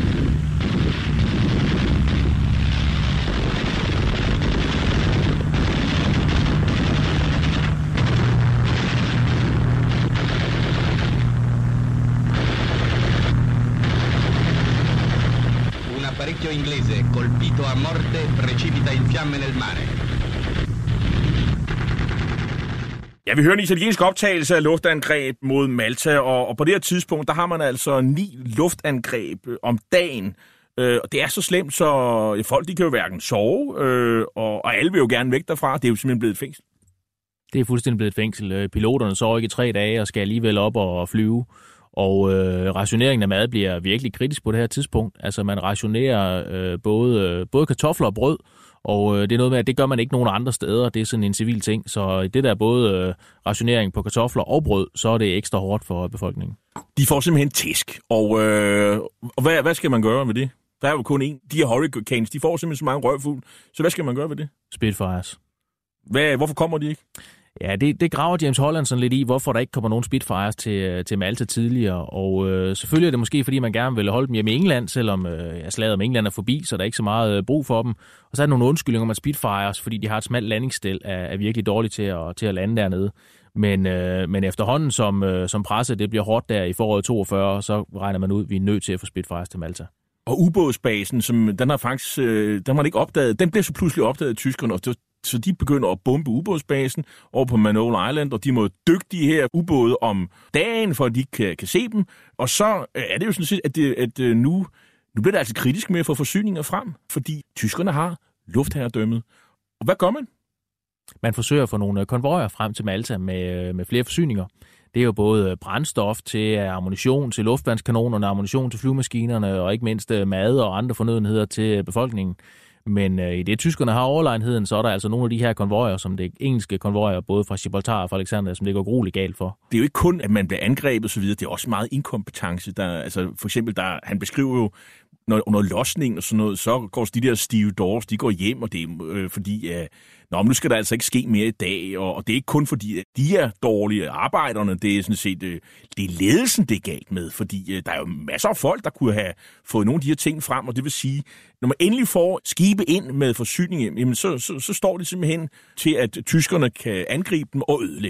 Un apparecchio inglese colpito a morte precipita in fiamme nel mare. Ja, vi hører en italiensk optagelse af luftangreb mod Malta, og på det her tidspunkt, der har man altså 9 luftangreb om dagen. Og det er så slemt, så folk de kan jo hverken sove, og alle vil jo gerne væk derfra. Det er jo simpelthen blevet et fængsel. Det er fuldstændig blevet et fængsel. Piloterne sover ikke i 3 dage og skal alligevel op og flyve. Og rationeringen af mad bliver virkelig kritisk på det her tidspunkt. Altså man rationerer både kartofler og brød, og det er noget med, at det gør man ikke nogen andre steder. Det er sådan en civil ting. Så det der både rationering på kartofler og brød, så er det ekstra hårdt for befolkningen. De får simpelthen tæsk, og hvad skal man gøre med det? Der er jo kun én. De her Hurricanes, de får simpelthen så mange røvfugl. Så hvad skal man gøre ved det? Spitfires. Hvorfor kommer de ikke? Ja, det graver James Holland sådan lidt i, hvorfor der ikke kommer nogen Spitfires til Malta tidligere. Og selvfølgelig er det måske, fordi man gerne vil holde dem hjemme i England, selvom slaget om England er forbi, så der er ikke så meget brug for dem. Og så er der nogle undskyldninger om Spitfires, fordi de har et smalt landingsstel, er virkelig dårligt til at lande dernede. Men efterhånden, som presset det bliver hårdt der i foråret 42, så regner man ud, at vi er nødt til at få Spitfires til Malta. Og ubådsbasen, den har faktisk, den var ikke opdaget, den blev så pludselig opdaget af tyskerne, så de begynder at bombe ubådsbasen over på Manoel Island, og de må dykke de her ubåde om dagen, for at de kan se dem. Og så er det jo sådan set, at nu bliver det altså kritisk med at få forsyninger frem, fordi tyskerne har luftherredømmet. Og hvad gør man? Man forsøger at få nogle konvojer frem til Malta med flere forsyninger. Det er jo både brændstof til ammunition til luftværnskanonerne, ammunition til flyvemaskinerne, og ikke mindst mad og andre fornødenheder til befolkningen. Men i det tyskerne har overlegenheden, så er der altså nogle af de her konvojer, som det engelske konvojer, både fra Gibraltar og fra Alexandria, som det går grueligt galt for. Det er jo ikke kun, at man bliver angrebet og så videre, det er også meget inkompetence. For eksempel, han beskriver jo, under losning og sådan noget, så går de der stevedores, de går hjem, og det er fordi, nu skal der altså ikke ske mere i dag, og det er ikke kun fordi, at de er dårlige arbejderne, det er sådan set, det er ledelsen, det er galt med, fordi der er jo masser af folk, der kunne have fået nogle af de her ting frem, og det vil sige, når man endelig får skibe ind med forsyning, jamen så står det simpelthen til, at tyskerne kan angribe dem og ødelægge dem.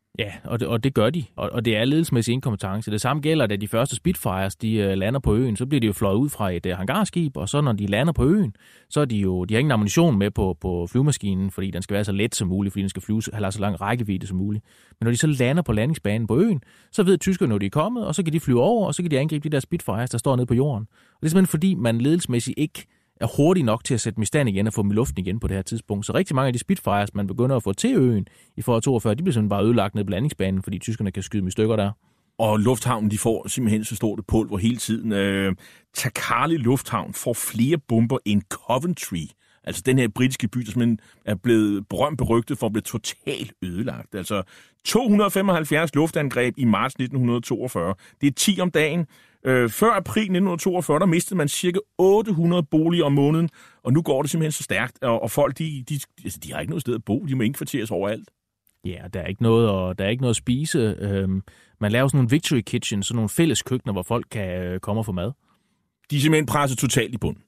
Ja, og det gør de, og det er ledelsesmæssig inkompetence. Det samme gælder, da de første Spitfires, de lander på øen, så bliver de jo fløjet ud fra et hangarskib, og så når de lander på øen, så er de har ingen ammunition med på flyvemaskinen, fordi den skal være så let som muligt, fordi den skal have så lang rækkevidde som muligt. Men når de så lander på landingsbanen på øen, så ved tyskerne, når de er kommet, og så kan de flyve over, og så kan de angribe de der Spitfires, der står nede på jorden. Og det er simpelthen fordi, man ledelsesmæssigt ikke er hurtig nok til at sætte dem i stand igen og få dem i luften igen på det her tidspunkt. Så rigtig mange af de Spitfires, man begynder at få til øen i foråret 42, de bliver simpelthen bare ødelagt ned på landingsbanen, fordi tyskerne kan skyde dem i stykker der. Og lufthavnen, de får simpelthen så stort et pulver hele tiden. Takali Lufthavn får flere bomber end Coventry. Altså den her britiske by, der simpelthen er blevet berømt berygtet for at blive totalt ødelagt. Altså 275 luftangreb i marts 1942. Det er 10 om dagen. Før april 1942, der mistede man cirka 800 boliger om måneden, og nu går det simpelthen så stærkt, og folk, de har ikke noget sted at bo, de må indkvarteres overalt. Ja, der er ikke noget at spise. Man laver sådan nogle victory kitchen, sådan nogle fælles køkkener, hvor folk kan komme og få mad. De er simpelthen presset totalt i bunden.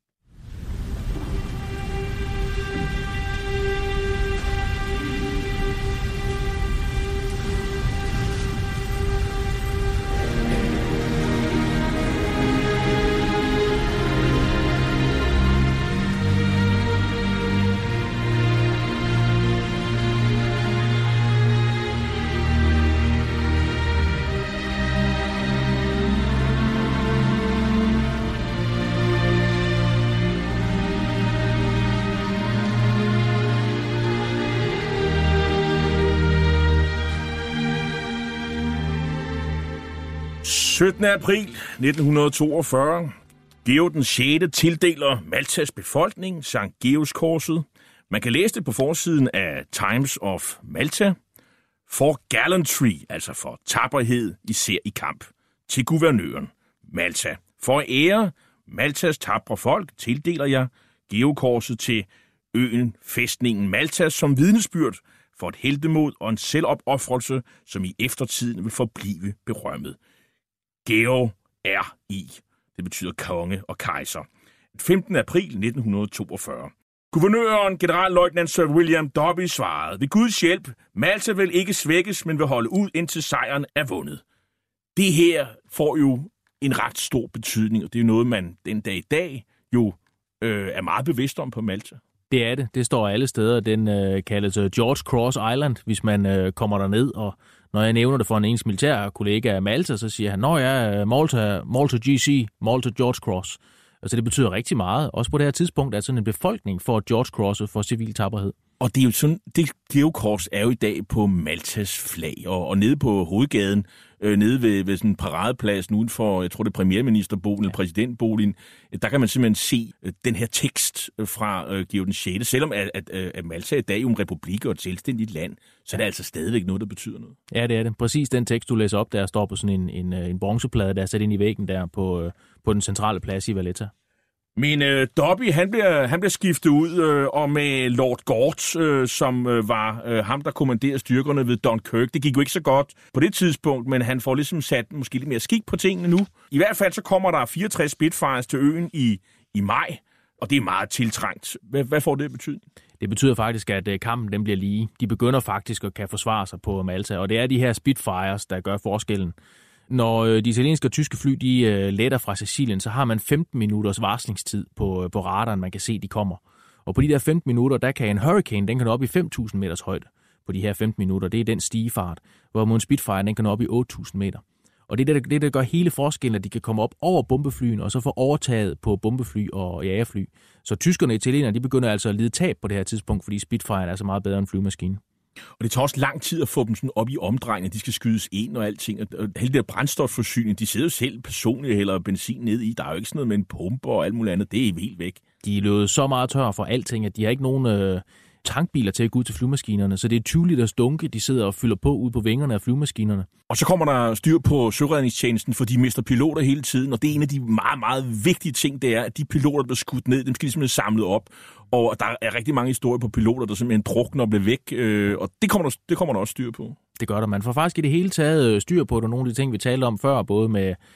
Den 17. april 1942. Georg den 6. tildeler Maltas befolkning Sankt Georgskorset. Man kan læse det på forsiden af Times of Malta. For gallantry, altså for tapperhed, især i kamp. Til guvernøren Malta. For at ære Maltas tapre folk tildeler jeg Georgskorset til øen fæstningen Malta som vidnesbyrd for et heltemod og en selvopoffrelse, som i eftertiden vil forblive berømmet. Georg R.I. Det betyder konge og kejser. 15. april 1942. Guvernøren, generalløjtnant Sir William Dobby, svarede: ved Guds hjælp, Malta vil ikke svækkes, men vil holde ud, indtil sejren er vundet. Det her får jo en ret stor betydning, og det er jo noget, man den dag i dag jo er meget bevidst om på Malta. Det er det. Det står alle steder. Den kaldes George Cross Island, hvis man kommer derned. Og når jeg nævner det for en engelsk militær kollega af Malta, så siger han, nå ja, Malta GC, Malta George Cross. Altså det betyder rigtig meget. Også på det her tidspunkt, at sådan en befolkning får George Crosset for civil tapperhed. Og det er jo sådan, det Georg Kors er jo i dag på Maltas flag, og nede på hovedgaden, nede ved sådan en paradeplads uden for, jeg tror det er premierministerboligen eller præsidentboligen, der kan man simpelthen se den her tekst fra Georg den 6. Selvom at Malta i dag er jo en republik og et selvstændigt land, så er det altså stadigvæk noget, der betyder noget. Ja, det er det. Præcis den tekst, du læser op, der står på sådan en bronzeplade, der er sat ind i væggen der på den centrale plads i Valletta. Men Dobby, han bliver skiftet ud, og med Lord Gort, som var ham, der kommanderede styrkerne ved Dunkirk. Det gik jo ikke så godt på det tidspunkt, men han får ligesom sat måske lidt mere skik på tingene nu. I hvert fald så kommer der 64 Spitfires til øen i maj, og det er meget tiltrængt. Hvad får det betydning? Det betyder faktisk, at kampen den bliver lige. De begynder faktisk at kan forsvare sig på Malta, og det er de her Spitfires, der gør forskellen. Når de italienske og tyske fly de letter fra Sicilien, så har man 15 minutters varslingstid på radaren, man kan se, de kommer. Og på de der 15 minutter, der kan en Hurricane, den kan nå op i 5.000 meters højde på de her 15 minutter. Det er den stigefart, hvor en Spitfire, den kan nå op i 8.000 meter. Og det er det, der gør hele forskellen, at de kan komme op over bombeflyen, og så få overtaget på bombefly og jagerfly. Så tyskerne og italienerne, de begynder altså at lide tab på det her tidspunkt, fordi Spitfire er så meget bedre end flyvemaskinen. Og det tager også lang tid at få dem sådan op i omdrejning, de skal skydes ind og alting. Og hele der brændstofforsyning, de sidder jo selv personligt og hælder benzin ned i. Der er jo ikke sådan noget med en pumpe og alt muligt andet. Det er helt væk. De er løbet så meget tør for alting, at de har ikke nogen tankbiler til at gå ud til flymaskinerne. Så det er 20 liters dunke, de sidder og fylder på ude på vingerne af flymaskinerne. Og så kommer der styr på søredningstjenesten, for de mister piloter hele tiden. Og det er en af de meget, meget vigtige ting, det er, at de piloter, der bliver skudt ned, dem skal de simpelthen samlet op. Og der er rigtig mange historier på piloter, der simpelthen drukner og bliver væk. Og det kommer der også styr på. Det gør der. Man får faktisk i det hele taget styr på det. Nogle af de ting, vi talte om før, både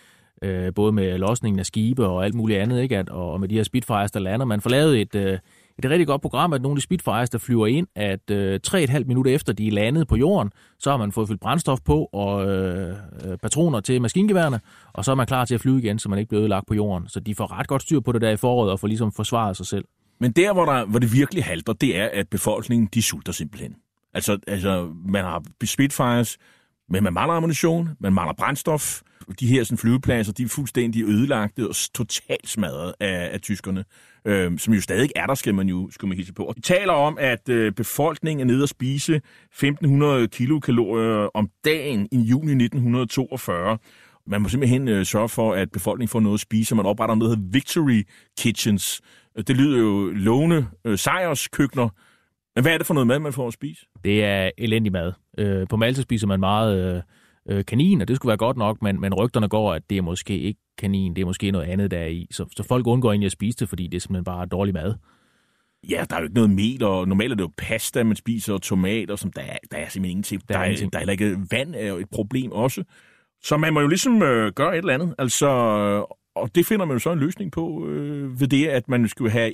med losningen af skibe og alt muligt andet, ikke? Og med de her Spitfires, der lander. Man får lavet et rigtig godt program, at nogle af de Spitfires, der flyver ind, at 3,5 minutter efter de er landet på jorden, så har man fået fyldt brændstof på og patroner til maskingeværerne, og så er man klar til at flyve igen, så man ikke bliver ødelagt på jorden. Så de får ret godt styr på det der i foråret og får ligesom forsvaret sig selv. Men der, hvor det virkelig halter, det er, at befolkningen, de sulter simpelthen. Altså man har Spitfires, men man mangler ammunition, man mangler brændstof. De her sådan, flyvepladser, de er fuldstændig ødelagte og totalt smadret af tyskerne, som jo stadig er der, skal man hilse på. Og de taler om, at befolkningen er nede at spise 1.500 kilokalorier om dagen i juni 1942. Man må simpelthen sørge for, at befolkningen får noget at spise, man opretter noget, der hedder Victory Kitchens. Det lyder jo lovende sejrskøkkener. Men hvad er det for noget mad, man får at spise? Det er elendig mad. På Malta spiser man meget kanin, og det skulle være godt nok, men rygterne går, at det er måske ikke kanin, det er måske noget andet, der er i. Så folk undgår egentlig at spise det, fordi det er simpelthen bare dårlig mad. Ja, der er jo ikke noget mel, og normalt er det jo pasta, man spiser, og tomater, som der er simpelthen ingenting. Der er heller ikke vand, er jo et problem også. Så man må jo ligesom gøre et eller andet. Altså, og det finder man jo så en løsning på ved det, at man skulle have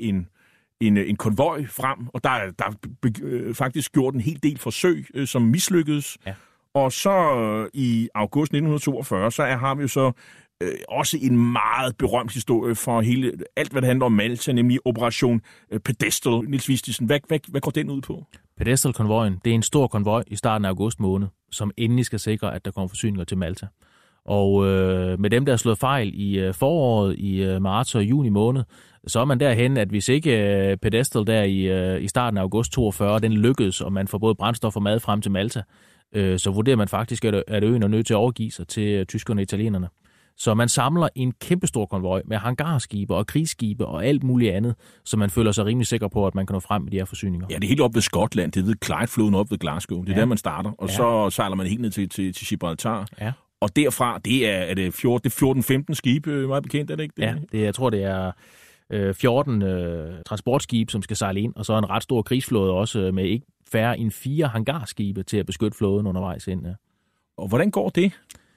en konvoj frem, og der er faktisk gjort en hel del forsøg, som mislykkedes. Ja. Og så i august 1942, så har vi jo så også en meget berømt historie for alt, hvad det handler om Malta, nemlig Operation Pedestal. Niels Vistisen, hvad går den ud på? Pedestal-konvojen, det er en stor konvoj i starten af august måned, som endelig skal sikre, at der kommer forsyninger til Malta. Og med dem, der har slået fejl i foråret, i marts og juni måned, så er man derhen, at hvis ikke Pedestal der i starten af august 42, den lykkedes, og man får både brændstof og mad frem til Malta, så vurderer man faktisk, at øen er nødt til at overgive sig til tyskerne og italienerne. Så man samler en kæmpestor konvoj med hangarskibe og krigsskibe og alt muligt andet, så man føler sig rimelig sikker på, at man kan nå frem med de her forsyninger. Ja, det er helt op ved Skotland, det er ved Clyde-floden op ved Glasgow. Det er der, man starter, og så sejler man helt ned til Gibraltar. Ja. Og derfra, det er 14-15 skibe, meget bekendt, er det ikke? Jeg tror, det er 14 transportskibe, som skal sejle ind, og så en ret stor krigsflåde også med ikke færre end 4 hangarskibe til at beskytte flåden undervejs ind. Ja. Og hvordan går det?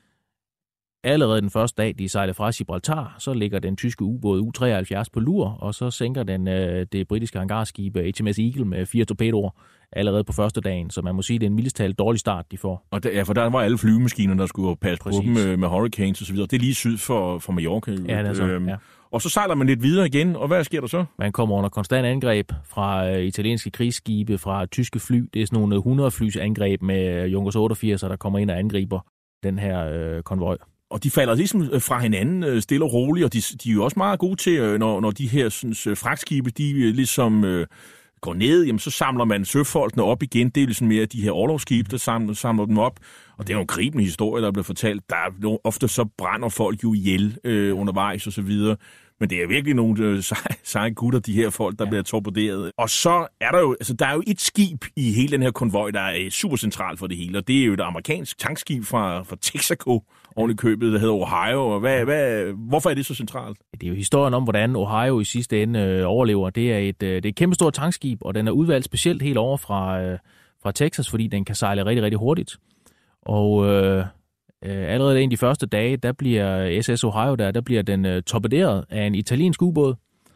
Allerede den første dag, de sejler fra Gibraltar, så ligger den tyske ubåd U-73 på lur, og så sænker den det britiske hangarskib HMS Eagle med 4 torpedoer allerede på første dagen. Så man må sige, det er en mildest talt dårlig start, de får. Og for der var alle flyvemaskiner, der skulle passe på dem med hurricanes og så videre. Det er lige syd for Mallorca. Ja, det er så, ja. Og så sejler man lidt videre igen, og hvad sker der så? Man kommer under konstant angreb fra italienske krigsskibe, fra tyske fly. Det er sådan nogle 100 flys angreb med Junkers 88, der kommer ind og angriber den her konvoj. Og de falder ligesom fra hinanden stille og roligt, og de er jo også meget gode til, når de her fragtskibe, de ligesom går ned, jamen så samler man søfolkene op igen. Det er ligesom mere de her orlogsskibe, der samler dem op. Og det er jo en gribende historie, der bliver fortalt. Der er ofte så brænder folk jo ihjel undervejs og så videre. Men det er virkelig nogle seje gutter, de her folk, der bliver torpederet. Og så er der jo, der er jo et skib i hele den her konvoj, der er super centralt for det hele. Og det er jo et amerikansk tankskib fra Texaco oven i købet, der hedder Ohio. Og hvorfor er det så centralt? Det er jo historien om, hvordan Ohio i sidste ende overlever. Det er et kæmpestort tankskib, og den er udvalgt specielt helt over fra Texas, fordi den kan sejle rigtig, rigtig hurtigt. Og allerede en af de første dage, der bliver SS Ohio der bliver den torpederet af en italiensk ubåd,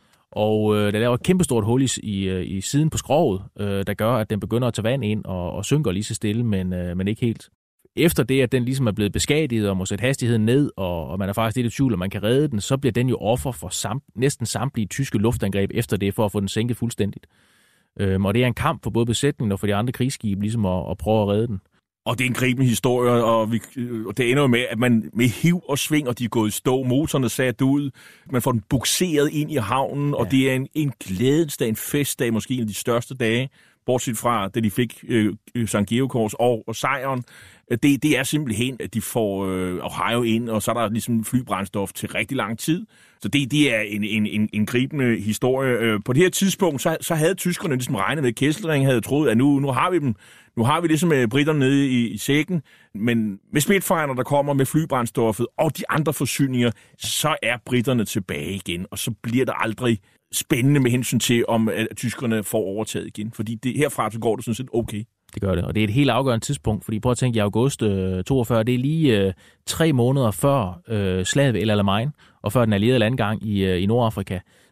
og der laver et kæmpestort hul i siden på skroget, der gør, at den begynder at tage vand ind og synker lige så stille, men ikke helt. Efter det, at den ligesom er blevet beskadiget og må sætte hastigheden ned, og man er faktisk lidt i tvivl, om man kan redde den, så bliver den jo offer for næsten samtlige tyske luftangreb efter det, for at få den sænket fuldstændigt. Og det er en kamp for både besætningen og for de andre krigsskibe, ligesom at prøve at redde den. Og det er en gribende historie, og det ender jo med, at man med hiv og sving, og de er gået i stå, motorerne sat ud, man får den bukseret ind i havnen, og det er en glædensdag, en festdag, måske en af de største dage, bortset fra, da de fik Sankt Georg og sejren. Det er simpelthen, at de får Ohio ind, og så er der ligesom flybrændstof til rigtig lang tid. Så det er en gribende historie. På det her tidspunkt, så havde tyskerne ligesom regnet med, at Kesselring havde troet, at nu har vi dem. Nu har vi ligesom britterne nede i sækken, men med Spitfire, der kommer med flybrændstoffet og de andre forsyninger, så er britterne tilbage igen, og så bliver der aldrig spændende med hensyn til, om at tyskerne får overtaget igen. Fordi herfra så går det sådan set okay. Det gør det, og det er et helt afgørende tidspunkt, fordi prøv at tænke, i august 42, det er lige 3 måneder før slaget ved El Alamein, og før den allierede landgang i Nordafrika.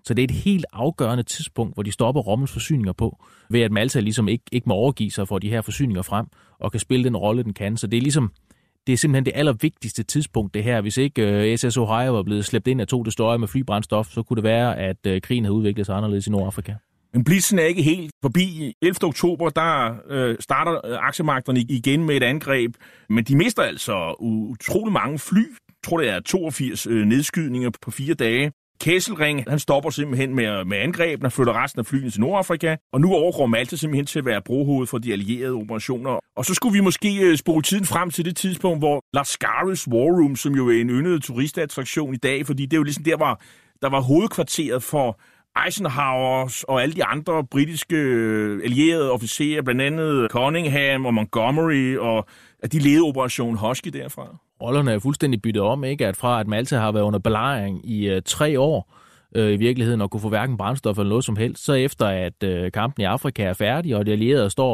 Så det er et helt afgørende tidspunkt, hvor de stopper Rommels forsyninger på, ved at Malta ligesom ikke må overgive sig for de her forsyninger frem, og kan spille den rolle, den kan. Så det er simpelthen det allervigtigste tidspunkt, det her. Hvis ikke SS Ohio var blevet slæbt ind af 2 destroyer med flybrændstof, så kunne det være, at krigen havde udviklet sig anderledes i Nordafrika. Men blitzen er ikke helt forbi. 11. oktober, der starter aktiemarkederne igen med et angreb, men de mister altså utrolig mange fly. Jeg tror, det er 82 nedskydninger på 4 dage. Kesselring, han stopper simpelthen med angrebene og flytter resten af flyene til Nordafrika, og nu overgår Malta simpelthen til at være brohoved for de allierede operationer. Og så skulle vi måske spole tiden frem til det tidspunkt, hvor Lascaris War Room, som jo er en yndet turistattraktion i dag, fordi det er jo ligesom der var hovedkvarteret for Eisenhower og alle de andre britiske allierede officerer, blandt andet Cunningham og Montgomery, og at de ledede Operation Husky derfra. Rollerne er fuldstændig byttet om, ikke? At fra at Malta har været under belejring i 3 år i virkeligheden, og kunne få hverken brændstof eller noget som helst, så efter at kampen i Afrika er færdig, og de allierede står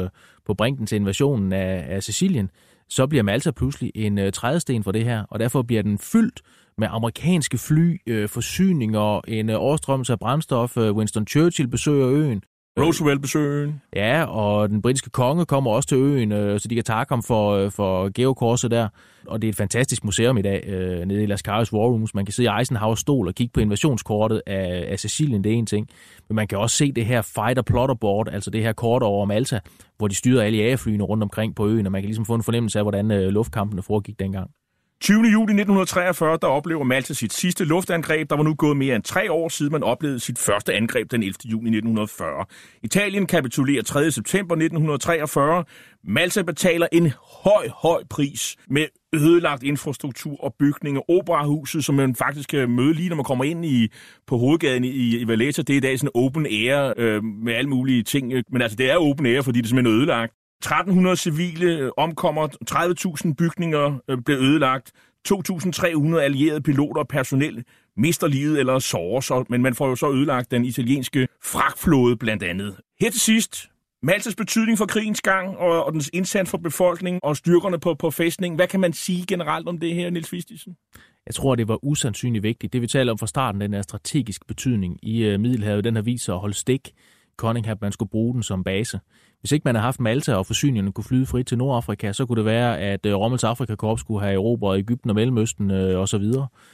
på brinken til invasionen af Sicilien, så bliver Malta pludselig en trædesten for det her, og derfor bliver den fyldt med amerikanske fly, forsyninger, en overstrømmelse af brændstof. Winston Churchill besøger øen. Roosevelt besøger øen. Ja, og den britiske konge kommer også til øen, så de kan takke ham for geokorset der. Og det er et fantastisk museum i dag, nede i Lascaris War Rooms. Man kan sidde i Eisenhowers stol og kigge på invasionskortet af Sicilien, det er en ting. Men man kan også se det her fighter plotter board, altså det her kort over Malta, hvor de styrede alle jagerflyene rundt omkring på øen, og man kan ligesom få en fornemmelse af, hvordan luftkampene foregik dengang. 20. juli 1943, der oplever Malta sit sidste luftangreb. Der var nu gået mere end 3 år siden, man oplevede sit første angreb den 11. juni 1940. Italien kapitulerer 3. september 1943. Malta betaler en høj pris med ødelagt infrastruktur og bygninger. Operahuset, som man faktisk kan møde lige, når man kommer ind på hovedgaden i Valletta, det er i dag sådan open air med alle mulige ting. Men altså, det er open air, fordi det er simpelthen ødelagt. 1300 civile omkommer, 30.000 bygninger bliver ødelagt, 2.300 allierede piloter og personel mister livet eller sårer, men man får jo så ødelagt den italienske fragtflåde blandt andet. Her til sidst, Maltas betydning for krigens gang og dens indsats for befolkningen og styrkerne på fæstningen. Hvad kan man sige generelt om det her, Niels Vistisen? Jeg tror, det var usandsynligt vigtigt. Det vi taler om fra starten, den er strategisk betydning i Middelhavet, den har vist sig at holde stik. Cunningham, man skulle bruge den som base. Hvis ikke man havde haft Malta, og forsyningerne kunne flyde frit til Nordafrika, så kunne det være, at Rommels Afrikakorps skulle have erobret Egypten og Mellemøsten osv.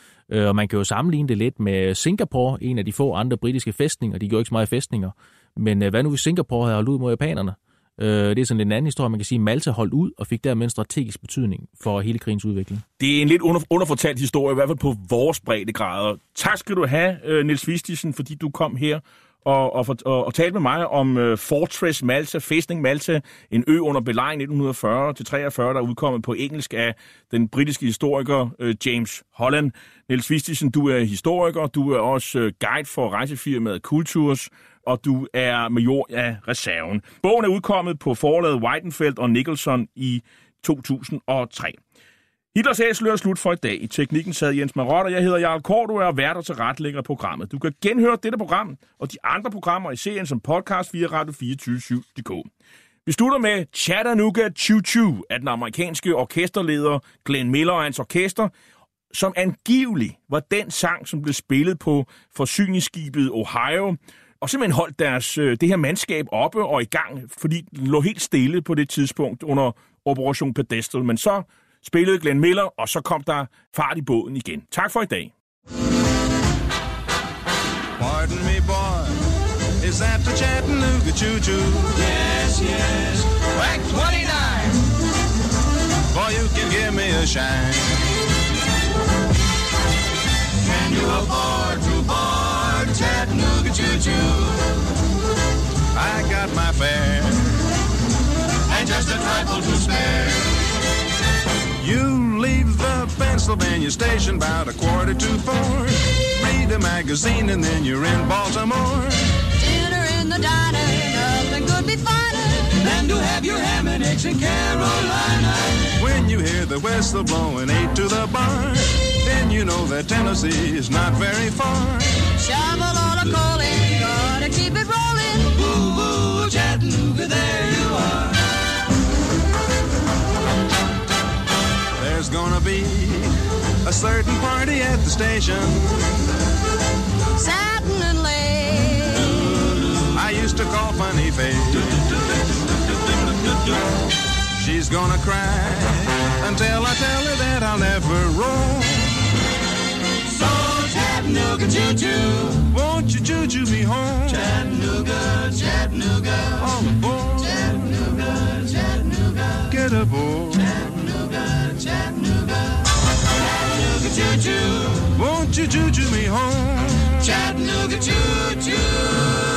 Og man kan jo sammenligne det lidt med Singapore, en af de få andre britiske fæstninger. De gjorde ikke så meget fæstninger. Men hvad nu hvis Singapore havde holdt ud mod japanerne? Det er sådan en anden historie, man kan sige, Malta holdt ud og fik dermed en strategisk betydning for hele krigens udvikling. Det er en lidt underfortalt historie, i hvert fald på vores breddegrader. Tak skal du have, Niels Vistisen, fordi du kom her og talte med mig om Fortress Malta, Fæstning Malta, en ø under belejring 1940-43, der er udkommet på engelsk af den britiske historiker James Holland. Niels Vistisen, du er historiker, du er også guide for rejsefirmaet Kulturs, og du er major af reserven. Bogen er udkommet på forlaget Weidenfeld og Nicholson i 2003. Hitlers Æseløer er slut for i dag. I teknikken sad Jens Marot, og jeg hedder Jarl Kort, og er vært og tilrettelægger programmet. Du kan genhøre dette program og de andre programmer i serien som podcast via radio247.dk. Vi slutter med Chattanooga Choo Choo af den amerikanske orkesterleder Glenn Miller og hans orkester, som angiveligt var den sang, som blev spillet på forsyningsskibet Ohio, og simpelthen holdt det her mandskab oppe og i gang, fordi den lå helt stille på det tidspunkt under Operation Pedestal. Men så spillede Glenn Miller, og så kom der fart i båden igen. Tak for i dag. Pardon me, boy. Is that the Chattanooga choo-choo? Yes, yes. Track 29. Boy, you can give me a shine. Can you afford to board Chattanooga choo-choo? I got my fare and just a trifle to spare. You leave the Pennsylvania station about 3:45. Read a magazine and then you're in Baltimore. Dinner in the diner, nothing could be finer than to have your ham and eggs in Carolina. When you hear the whistle blowing 8 to the bar, then you know that Tennessee is not very far. Shovel all the coal in, gotta keep it rolling. Ooh, ooh, Chattanooga, there you are. There's gonna be a certain party at the station. satin and lace. I used to call funny face. She's gonna cry until I tell her that I'll never roam. So Chattanooga choo-choo, won't you choo-choo me home? Chattanooga, Chattanooga, all aboard. Chattanooga, Chattanooga, get aboard. Chattanooga, Chattanooga, Chattanooga choo-choo, won't you choo-choo me home? Chattanooga choo-choo.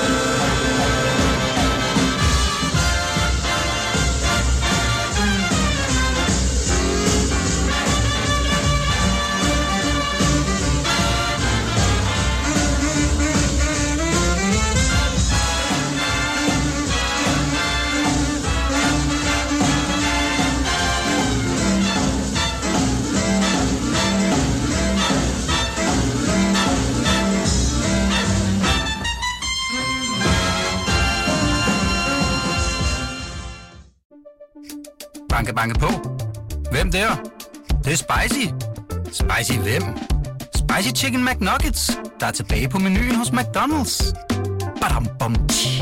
Banke, banke på. Hvem der? Det er spicy. Spicy hvem? Spicy Chicken McNuggets, der er tilbage på menuen hos McDonald's. Badum, bom, tji.